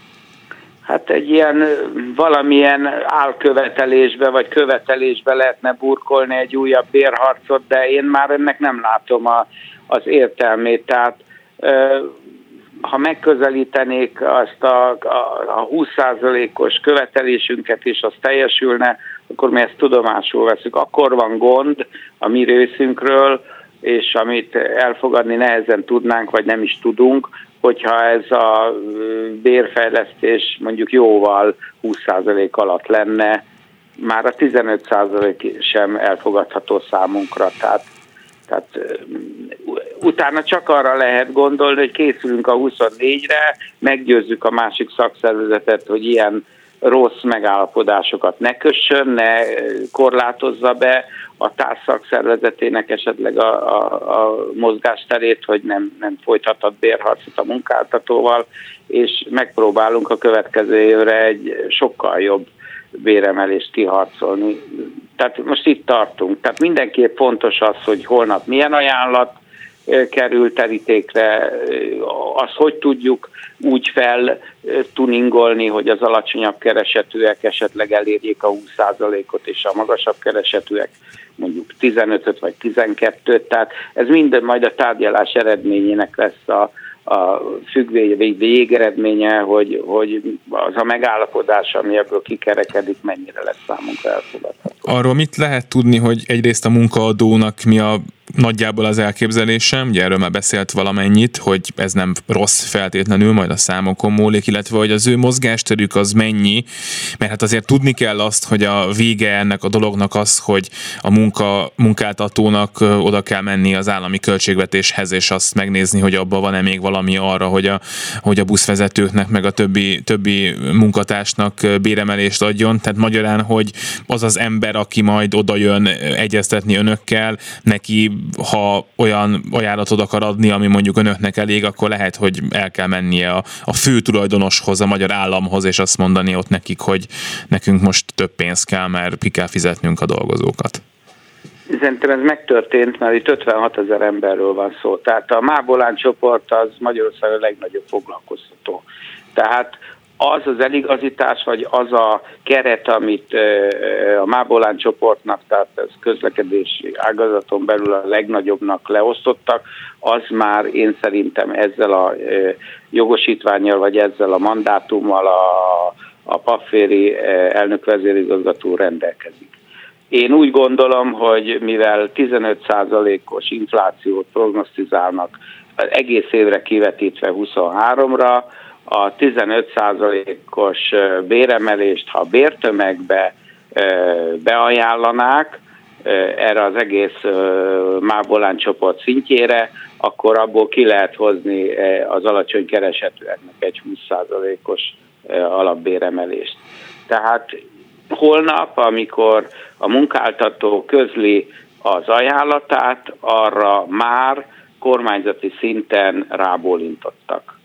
Hát egy ilyen valamilyen álkövetelésbe vagy követelésbe lehetne burkolni egy újabb bérharcot, de én már ennek nem látom a, az értelmét. Tehát ha megközelítenék azt a, a, a húsz százalékos követelésünket és az teljesülne, akkor mi ezt tudomásul veszünk. Akkor van gond a mi részünkről, és amit elfogadni nehezen tudnánk, vagy nem is tudunk, hogyha ez a bérfejlesztés mondjuk jóval húsz százalék alatt lenne, már a tizenöt százalék sem elfogadható számunkra. Tehát, tehát utána csak arra lehet gondolni, hogy készülünk a huszonnégyre, meggyőzzük a másik szakszervezetet, hogy ilyen rossz megállapodásokat ne kössön, ne korlátozza be a társszakszervezetének esetleg a, a, a mozgásterét, hogy nem, nem folytathat bérharcot a munkáltatóval, és megpróbálunk a következő évre egy sokkal jobb béremelést kiharcolni. Tehát most itt tartunk. Tehát mindenképp fontos az, hogy holnap milyen ajánlat kerül terítékre, azt hogy tudjuk úgy feltuningolni, hogy az alacsonyabb keresetűek esetleg elérjék a húsz százalékot, és a magasabb keresetűek mondjuk tizenötöt vagy tizenkettőt, tehát ez minden majd a tárgyalás eredményének lesz a, a függvény végeredménye, hogy, hogy az a megállapodás, ami ebből kikerekedik, mennyire lesz számunkra elfogadható. Arról mit lehet tudni, hogy egyrészt a munkaadónak mi a nagyjából az elképzelésem, ugye erről már beszélt valamennyit, hogy ez nem rossz feltétlenül, majd a számokon múlik, illetve hogy az ő mozgásterük az mennyi, mert hát azért tudni kell azt, hogy a vége ennek a dolognak az, hogy a munka, munkáltatónak oda kell menni az állami költségvetéshez, és azt megnézni, hogy abban van-e még valami arra, hogy a, hogy a buszvezetőknek, meg a többi, többi munkatársnak béremelést adjon. Tehát magyarán, hogy az az ember, aki majd oda jön egyeztetni önökkel, neki ha olyan ajánlatot akar adni, ami mondjuk önöknek elég, akkor lehet, hogy el kell mennie a, a fő tulajdonoshoz, a magyar államhoz, és azt mondani ott nekik, hogy nekünk most több pénz kell, mert ki kell fizetnünk a dolgozókat. Szerintem ez megtörtént, mert itt ötvenhatezer emberről van szó. Tehát a MÁV Volán csoport az Magyarországon a legnagyobb foglalkoztató. Tehát az az eligazítás, vagy az a keret, amit a MÁV Volán csoportnak, tehát ez közlekedési ágazaton belül a legnagyobbnak leosztottak, az már én szerintem ezzel a jogosítvánnyal, vagy ezzel a mandátummal a, a Pafféri elnök vezérigazgató rendelkezik. Én úgy gondolom, hogy mivel tizenöt százalékos inflációt prognosztizálnak egész évre kivetítve huszonháromra, a tizenöt százalékos béremelést, ha bértömegbe beajánlanák erre az egész Mávvolán csoport szintjére, akkor abból ki lehet hozni az alacsony keresetűeknek egy húsz százalékos alapbéremelést. Tehát holnap, amikor a munkáltató közli az ajánlatát, arra már kormányzati szinten rábólintottak.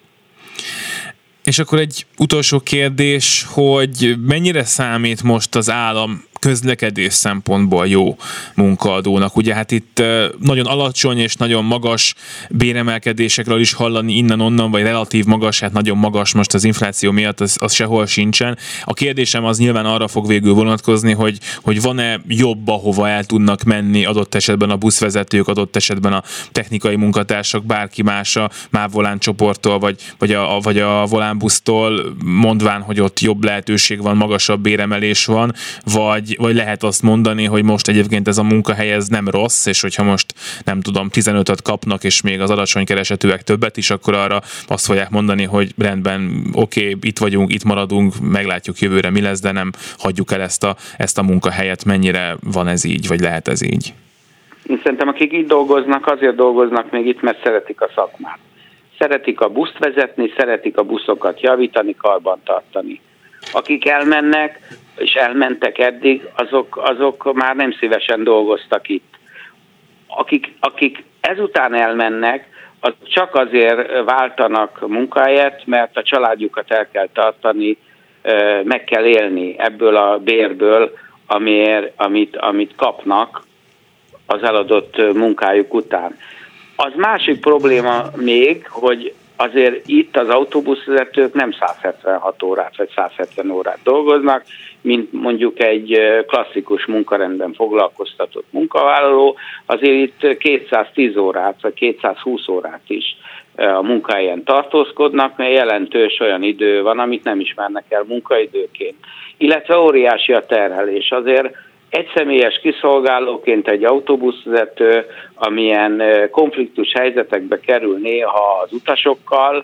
És akkor egy utolsó kérdés, hogy mennyire számít most az állam közlekedés szempontból jó munkaadónak? Ugye hát itt nagyon alacsony és nagyon magas béremelkedésekről is hallani innen-onnan, vagy relatív magas, hát nagyon magas most az infláció miatt, az, az sehol sincsen. A kérdésem az nyilván arra fog végül vonatkozni, hogy, hogy van-e jobb, ahova el tudnak menni adott esetben a buszvezetők, adott esetben a technikai munkatársak, bárki más a Mávvolán csoporttól, vagy, vagy a, vagy a Volánbusztól, mondván, hogy ott jobb lehetőség van, magasabb béremelés van, vagy vagy lehet azt mondani, hogy most egyébként ez a munkahely ez nem rossz, és hogyha most nem tudom, tizenötöt kapnak, és még az alacsony keresetűek többet is, akkor arra azt fogják mondani, hogy rendben, oké, okay, itt vagyunk, itt maradunk, meglátjuk jövőre mi lesz, de nem hagyjuk el ezt a, ezt a munkahelyet. Mennyire van ez így, vagy lehet ez így? Én szerintem akik itt dolgoznak, azért dolgoznak még itt, mert szeretik a szakmát. Szeretik a buszt vezetni, szeretik a buszokat javítani, karbantartani. Akik elmennek, és elmentek eddig, azok, azok már nem szívesen dolgoztak itt. Akik, akik ezután elmennek, az csak azért váltanak munkahelyet, mert a családjukat el kell tartani, meg kell élni ebből a bérből, amiért, amit, amit kapnak az eladott munkájuk után. Az másik probléma még, hogy azért itt az autóbuszvezetők nem száz hetvenhat órát vagy száz hetven órát dolgoznak, mint mondjuk egy klasszikus munkarendben foglalkoztatott munkavállaló, azért itt kétszáztíz órát vagy kétszázhúsz órát is a munkahelyen tartózkodnak, mert jelentős olyan idő van, amit nem ismernek el munkaidőként. Illetve óriási a terhelés. Azért egyszemélyes kiszolgálóként egy autóbuszvezető, amilyen konfliktus helyzetekbe kerül néha az utasokkal,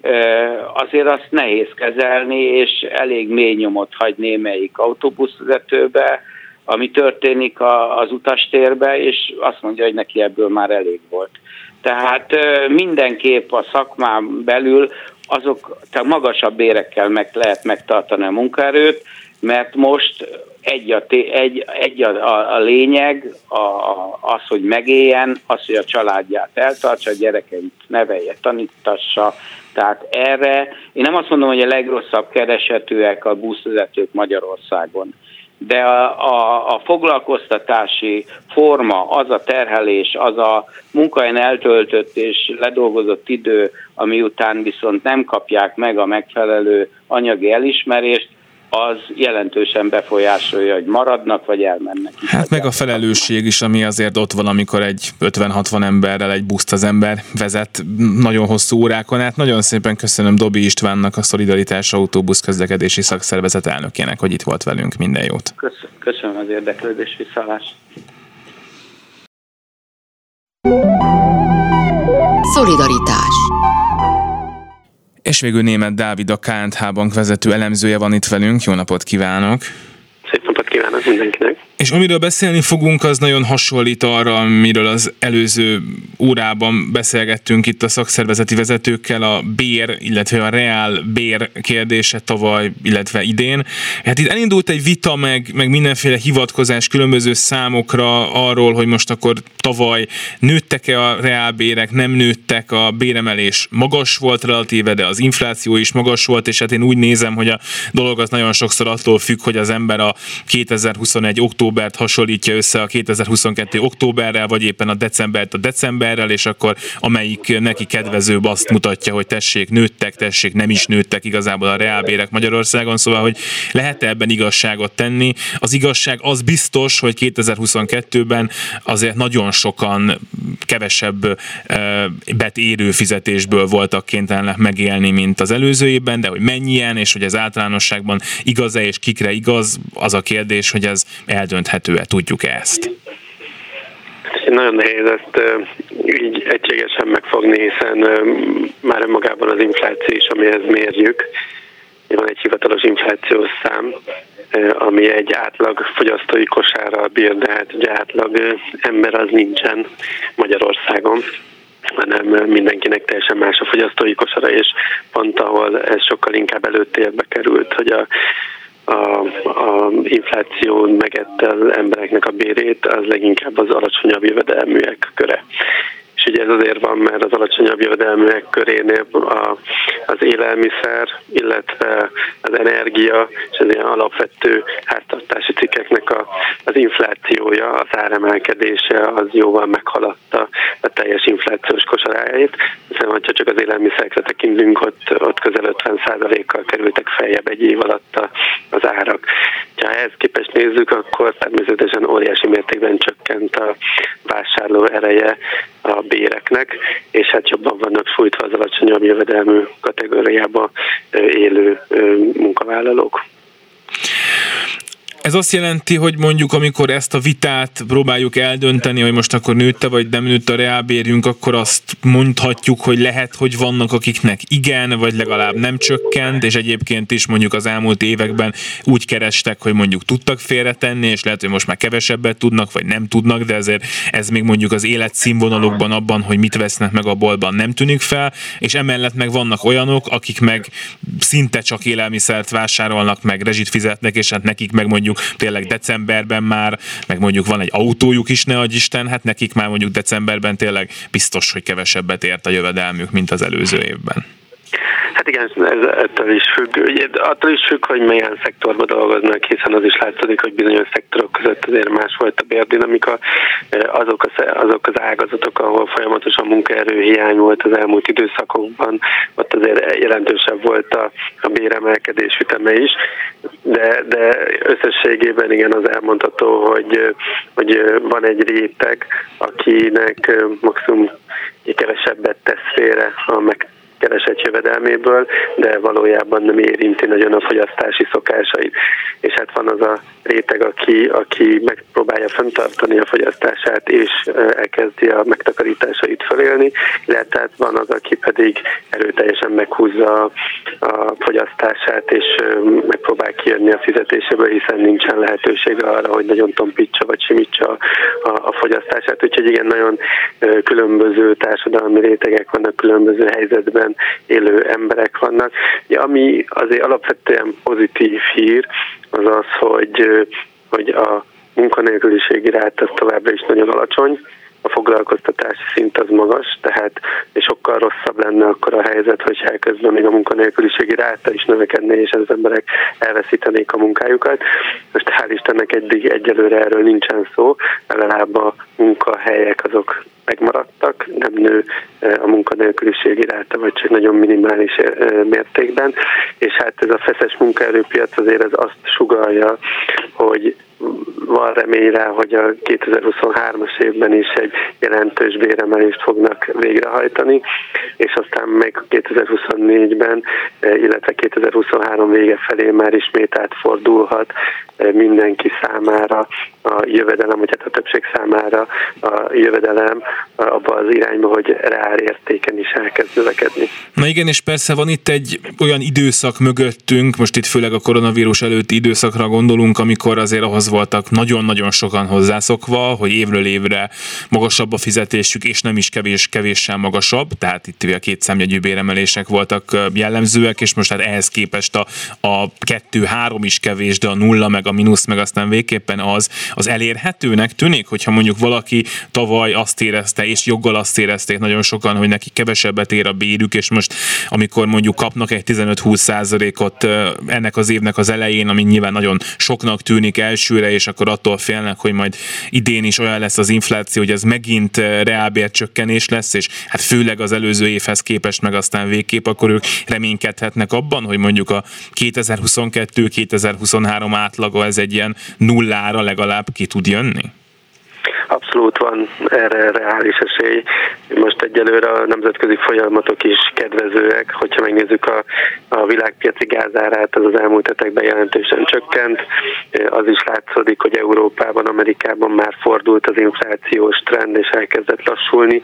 azért azt nehéz kezelni, és elég mély nyomot hagy némelyik autóbuszvezetőbe, ami történik az utastérbe, és azt mondja, hogy neki ebből már elég volt. Tehát mindenképp a szakmán belül azok, tehát magasabb bérekkel meg lehet megtartani a munkaerőt, mert most egy a, egy, egy a, a, a lényeg, a, az, hogy megéljen, az, hogy a családját eltartsa, a gyerekeit nevelje, tanítassa. Tehát erre, én nem azt mondom, hogy a legrosszabb keresetűek a buszvezetők Magyarországon, de a, a, a foglalkoztatási forma, az a terhelés, az a munkahelyen eltöltött és ledolgozott idő, ami után viszont nem kapják meg a megfelelő anyagi elismerést, az jelentősen befolyásolja, hogy maradnak, vagy elmennek. Hát meg a felelősség is, ami azért ott van, amikor egy ötven-hatvan emberrel egy buszt az ember vezet nagyon hosszú órákon át. Nagyon szépen köszönöm Dobi Istvánnak, a Szolidaritás Autóbusz Közlekedési Szakszervezet elnökének, hogy itt volt velünk. Minden jót. Köszönöm, köszönöm az érdeklődés, viszontlátásra. Szolidaritás. És végül Németh Dávid, a ká és há Bank vezető elemzője van itt velünk. Jó napot kívánok! Szép napot kívánok mindenkinek! És amiről beszélni fogunk, az nagyon hasonlít arra, amiről az előző órában beszélgettünk itt a szakszervezeti vezetőkkel, a bér, illetve a reál bér kérdése tavaly, illetve idén. Hát itt elindult egy vita, meg, meg mindenféle hivatkozás különböző számokra arról, hogy most akkor tavaly nőttek-e a reálbérek, nem nőttek, a béremelés magas volt relatíve, de az infláció is magas volt, és hát én úgy nézem, hogy a dolog az nagyon sokszor attól függ, hogy az ember a kétezer-huszonegy októbert hasonlítja össze a kétezer-huszonkettő októberrel, vagy éppen a decembert a decemberrel, és akkor amelyik neki kedvezőbb azt mutatja, hogy tessék, nőttek, tessék, nem is nőttek igazából a reálbérek Magyarországon, szóval, hogy lehet ebben igazságot tenni. Az igazság az biztos, hogy kétezer-huszonkettőben azért nagyon sokan kevesebb bet érő fizetésből voltak kénytelenek megélni, mint az előző évben, de hogy mennyien, és hogy ez általánosságban igaz-e, és kikre igaz, az a kérdés, hogy ez eldönthető-e, tudjuk ezt? nagyon nehéz ezt így egységesen megfogni, hiszen már önmagában az infláció is, amihez mérjük. Van egy hivatalos inflációs szám, ami egy átlag fogyasztói kosárral bír, de hát ugye átlag ember az nincsen Magyarországon, hanem mindenkinek teljesen más a fogyasztói kosara, és pont ahol ez sokkal inkább előtérbe került, hogy a A, a infláció megette az embereknek a bérét, az leginkább az alacsonyabb jövedelműek köre. És ugye ez azért van, mert az alacsonyabb jövedelműek körénél a, az élelmiszer, illetve az energia és az ilyen alapvető háztartási cikkeknek a, az inflációja, az áremelkedése az jóval meghaladta a teljes inflációs kosaráját. Hiszen, ha csak az élelmiszerekre tekintünk, ott, ott közel ötven százalékkal kerültek feljebb egy év alatt az árak. Ha ehhez képest nézzük, akkor természetesen óriási mértékben csökkent a vásárló ereje a béreknek, és hát jobban vannak sújtva az alacsonyabb jövedelmű kategóriába élő munkavállalók. Ez azt jelenti, hogy mondjuk amikor ezt a vitát próbáljuk eldönteni, hogy most akkor nőtte vagy nem nőtt a reálbérjünk, akkor azt mondhatjuk, hogy lehet, hogy vannak akiknek igen, vagy legalább nem csökkent, és egyébként is mondjuk az elmúlt években úgy kerestek, hogy mondjuk tudtak félretenni, és lehet, hogy most már kevesebbet tudnak, vagy nem tudnak, de ezért ez még mondjuk az életszínvonalukban abban, hogy mit vesznek meg a boltban nem tűnik fel, és emellett meg vannak olyanok, akik meg szinte csak élelmiszert vásárolnak, meg rezsit fizetnek, és hát nekik meg mondjuk tényleg decemberben már, meg mondjuk van egy autójuk is, ne adj Isten, hát nekik már mondjuk decemberben tényleg biztos, hogy kevesebbet ért a jövedelmük, mint az előző évben. Hát igen, ez ettől is függ. Ugye, attól is függ, hogy milyen szektorban dolgoznak, hiszen az is látszik, hogy bizonyos szektorok között azért más volt a bérdinamika. Azok az, azok az ágazatok, ahol folyamatosan munkaerőhiány volt az elmúlt időszakokban, ott azért jelentősebb volt a, a béremelkedés üteme is, de, de összességében igen az elmondható, hogy, hogy van egy réteg, akinek maximum kevesebbet tesz félre a meg keresett jövedelméből, de valójában nem érinti nagyon a fogyasztási szokásait. És hát van az a réteg, aki, aki megpróbálja fenntartani a fogyasztását, és elkezdi a megtakarításait fölélni, illetve hát van az, aki pedig erőteljesen meghúzza a fogyasztását, és megpróbál kijönni a fizetéséből, hiszen nincsen lehetősége arra, hogy nagyon tompítsa vagy simítsa a, a fogyasztását. Úgyhogy igen, nagyon különböző társadalmi rétegek vannak, különböző helyzetben élő emberek vannak. Ja, ami azért alapvetően pozitív hír, az az, hogy, hogy a munkanélküliségi ráta az továbbra is nagyon alacsony, a foglalkoztatási szint az magas, tehát és sokkal rosszabb lenne akkor a helyzet, hogy elkezdve még a munkanélküliségi ráta is növekedne, és az emberek elveszítenék a munkájukat. Most hál' Istennek eddig egyelőre erről nincsen szó, legalább a munkahelyek azok megmaradtak, nem nő a munkanélküliségi ráta, vagy csak nagyon minimális mértékben, és hát ez a feszes munkaerőpiac azért ez azt sugallja, hogy van remény rá, hogy a kétezer-huszonhármas évben is egy jelentős béremelést fognak végrehajtani, és aztán még kétezer-huszonnégyben, illetve kétezer-huszonhárom vége felé már ismét átfordulhat mindenki számára a jövedelem, vagy hát a többség számára a jövedelem abba az irányba, hogy reál értéken is elkezd növekedni. Na igen, és persze van itt egy olyan időszak mögöttünk, most itt főleg a koronavírus előtti időszakra gondolunk, amikor azért ahhoz voltak nagyon-nagyon sokan hozzászokva, hogy évről évre magasabb a fizetésük, és nem is kevés, kevéssel magasabb, tehát itt a két számjegyű béremelések voltak jellemzőek, és most hát ehhez képest a, a kettő, három is kevés, de a nulla, meg a mínusz, meg aztán végképpen az, az elérhetőnek tűnik, hogyha mondjuk valaki tavaly azt érezte, és joggal azt érezték nagyon sokan, hogy neki kevesebbet ér a bérük, és most amikor mondjuk kapnak egy tizenöt-húsz százalékot ennek az évnek az elején, ami nyilván nagyon soknak tűnik elsőre, és akkor attól félnek, hogy majd idén is olyan lesz az infláció, hogy ez megint reálbércsökkenés lesz, és hát főleg az előző évhez képest meg aztán végképp, akkor ők reménykedhetnek abban, hogy mondjuk a kétezer-huszonkettő-kétezer-huszonhárom átlaga ez egy ilyen nullára legalább ki tud jönni? abszolút van erre reális esély. Most egyelőre a nemzetközi folyamatok is kedvezőek, hogyha megnézzük a, a világpiaci gázárát, az az elmúlt hetekben jelentősen csökkent. Az is látszódik, hogy Európában, Amerikában már fordult az inflációs trend, és elkezdett lassulni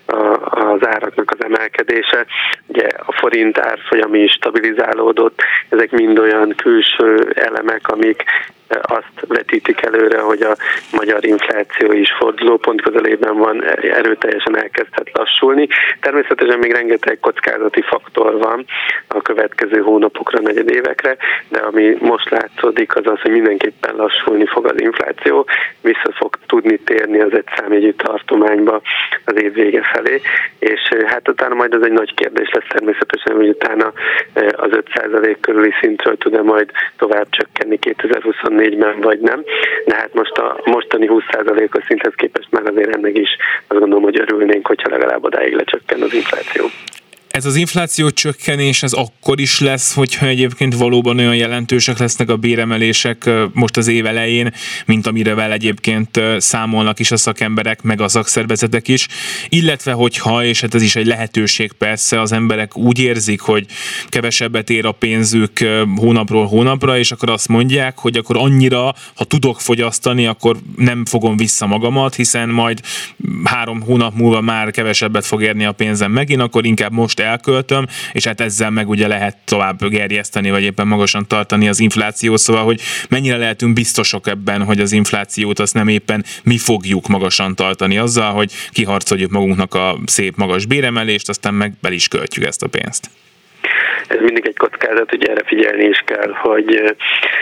az áraknak az emelkedése. Ugye a forint árfolyam is stabilizálódott, ezek mind olyan külső elemek, amik azt vetítik előre, hogy a magyar infláció is fordulópont közelében van, erőteljesen elkezdhet lassulni. Természetesen még rengeteg kockázati faktor van a következő hónapokra, negyedévekre, de ami most látszódik, az az, hogy mindenképpen lassulni fog az infláció, vissza fog tudni térni az egy számjegyű tartományba az év vége felé, és hát utána majd az egy nagy kérdés lesz természetesen, hogy utána az öt százalék körüli szintről tud-e majd tovább csökkenni kétezer-huszonnégyben vagy nem, de hát most a mostani húsz százalékos szinthez képest már azért ennek is azt gondolom, hogy örülnénk, hogyha legalább odáig lecsökken az infláció. Ez az infláció csökkenés, ez akkor is lesz, hogyha egyébként valóban olyan jelentősek lesznek a béremelések most az év elején, mint amirevel egyébként számolnak is a szakemberek, meg a szakszervezetek is, illetve hogyha, és hát ez is egy lehetőség persze, az emberek úgy érzik, hogy kevesebbet ér a pénzük hónapról hónapra, és akkor azt mondják, hogy akkor annyira, ha tudok fogyasztani, akkor nem fogom vissza magamat, hiszen majd három hónap múlva már kevesebbet fog érni a pénzem megint, akkor inkább most elköltöm, és hát ezzel meg ugye lehet tovább gerjeszteni, vagy éppen magasan tartani az inflációt, szóval, hogy mennyire lehetünk biztosok ebben, hogy az inflációt azt nem éppen mi fogjuk magasan tartani azzal, hogy kiharcoljuk magunknak a szép magas béremelést, aztán meg bel is költjük ezt a pénzt. Ez mindig egy kockázat, ugye erre figyelni is kell, hogy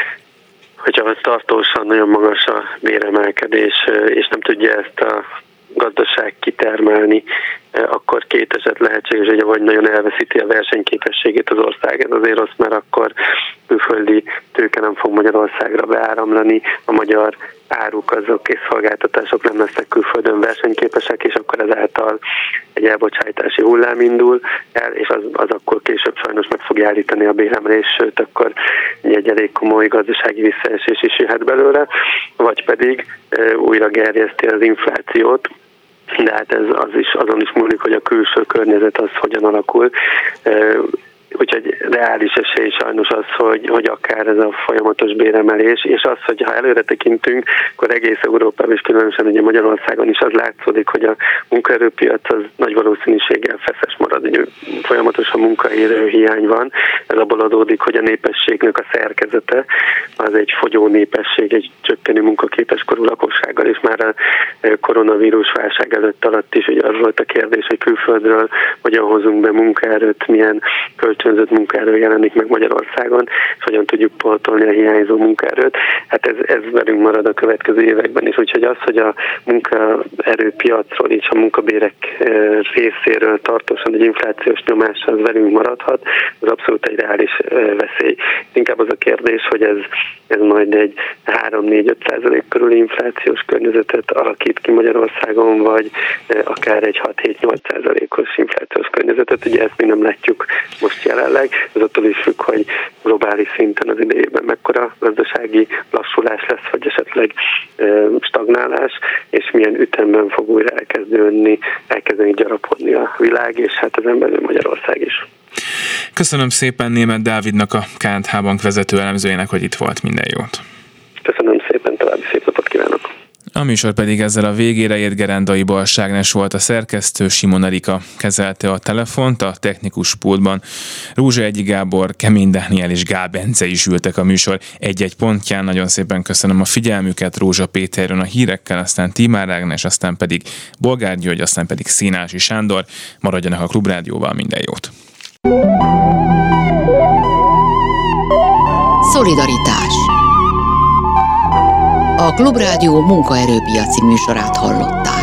hogyha tartósan nagyon magas a béremelkedés, és nem tudja ezt a gazdaság kitermelni, akkor két eset lehetséges, hogy vagy nagyon elveszíti a versenyképességét az ország, ez azért rossz, mert akkor külföldi tőke nem fog Magyarországra beáramlani, a magyar áruk, azok és szolgáltatások nem lesznek külföldön versenyképesek, és akkor ezáltal egy elbocsájtási hullám indul el, és az, az akkor később sajnos meg fogja állítani a béremelést, sőt, akkor egy elég komoly gazdasági visszaesés is jöhet belőle, vagy pedig e, újra gerjeszti az inflációt, de hát ez az is, azon is múlik, hogy a külső környezet az hogyan alakul. Úgyhogy reális esély sajnos az, hogy, hogy akár ez a folyamatos béremelés, és az, hogy ha előre tekintünk, akkor egész Európában és különösen ugye Magyarországon is az látszódik, hogy a munkaerőpiac az nagy valószínűséggel feszes marad, hogy folyamatosan munkaerő hiány van. Ez abból adódik, hogy a népességnek a szerkezete az egy fogyó népesség, egy csökkenő munkaképes korú lakossággal, és már a koronavírus válság előtt alatt is ugye az volt a kérdés, hogy külföldről hogyan hozunk be munkaerőt, milyen kölcsönzött munkaerő jelenik meg Magyarországon, és hogyan tudjuk pótolni a hiányzó munkaerőt. Hát ez, ez velünk marad a következő években is, úgyhogy az, hogy a munkaerőpiacról és a munkabérek részéről tartósan egy inflációs nyomás az velünk maradhat, az abszolút egy reális veszély. Inkább az a kérdés, hogy ez, ez majd egy három-négy-öt százalék körüli inflációs környezetet alakít ki Magyarországon, vagy akár egy hat-hét-nyolc százalékos inflációs környezetet, ugye ezt mi nem látjuk most jelenleg, ez attól is függ, hogy globális szinten az idejében mekkora gazdasági lassulás lesz, vagy esetleg e, stagnálás, és milyen ütemben fog újra elkezdődni, elkezdeni gyarapodni a világ, és hát ezen belül Magyarország is. Köszönöm szépen Németh Dávidnak, a ká en há Bank vezető elemzőjének, hogy itt volt. Minden jót! Köszönöm szépen, további szép napot kívánok! A műsor pedig ezzel a végére ért. Gerendai Balázs Ágnes volt a szerkesztő, Simon Erika kezelte a telefont, a technikus pultban Rózsa Egyi Gábor, Kemény Dániel és Gál Bence is ültek a műsor egy-egy pontján. Nagyon szépen köszönöm a figyelmüket, Rózsa Péter jön a hírekkel, aztán Tímár Ágnes, aztán pedig Bolgár György, aztán pedig Színási Sándor. Maradjanak a Klubrádióval, minden jót! Szolidaritás. A Klubrádió munkaerőpiaci műsorát hallották.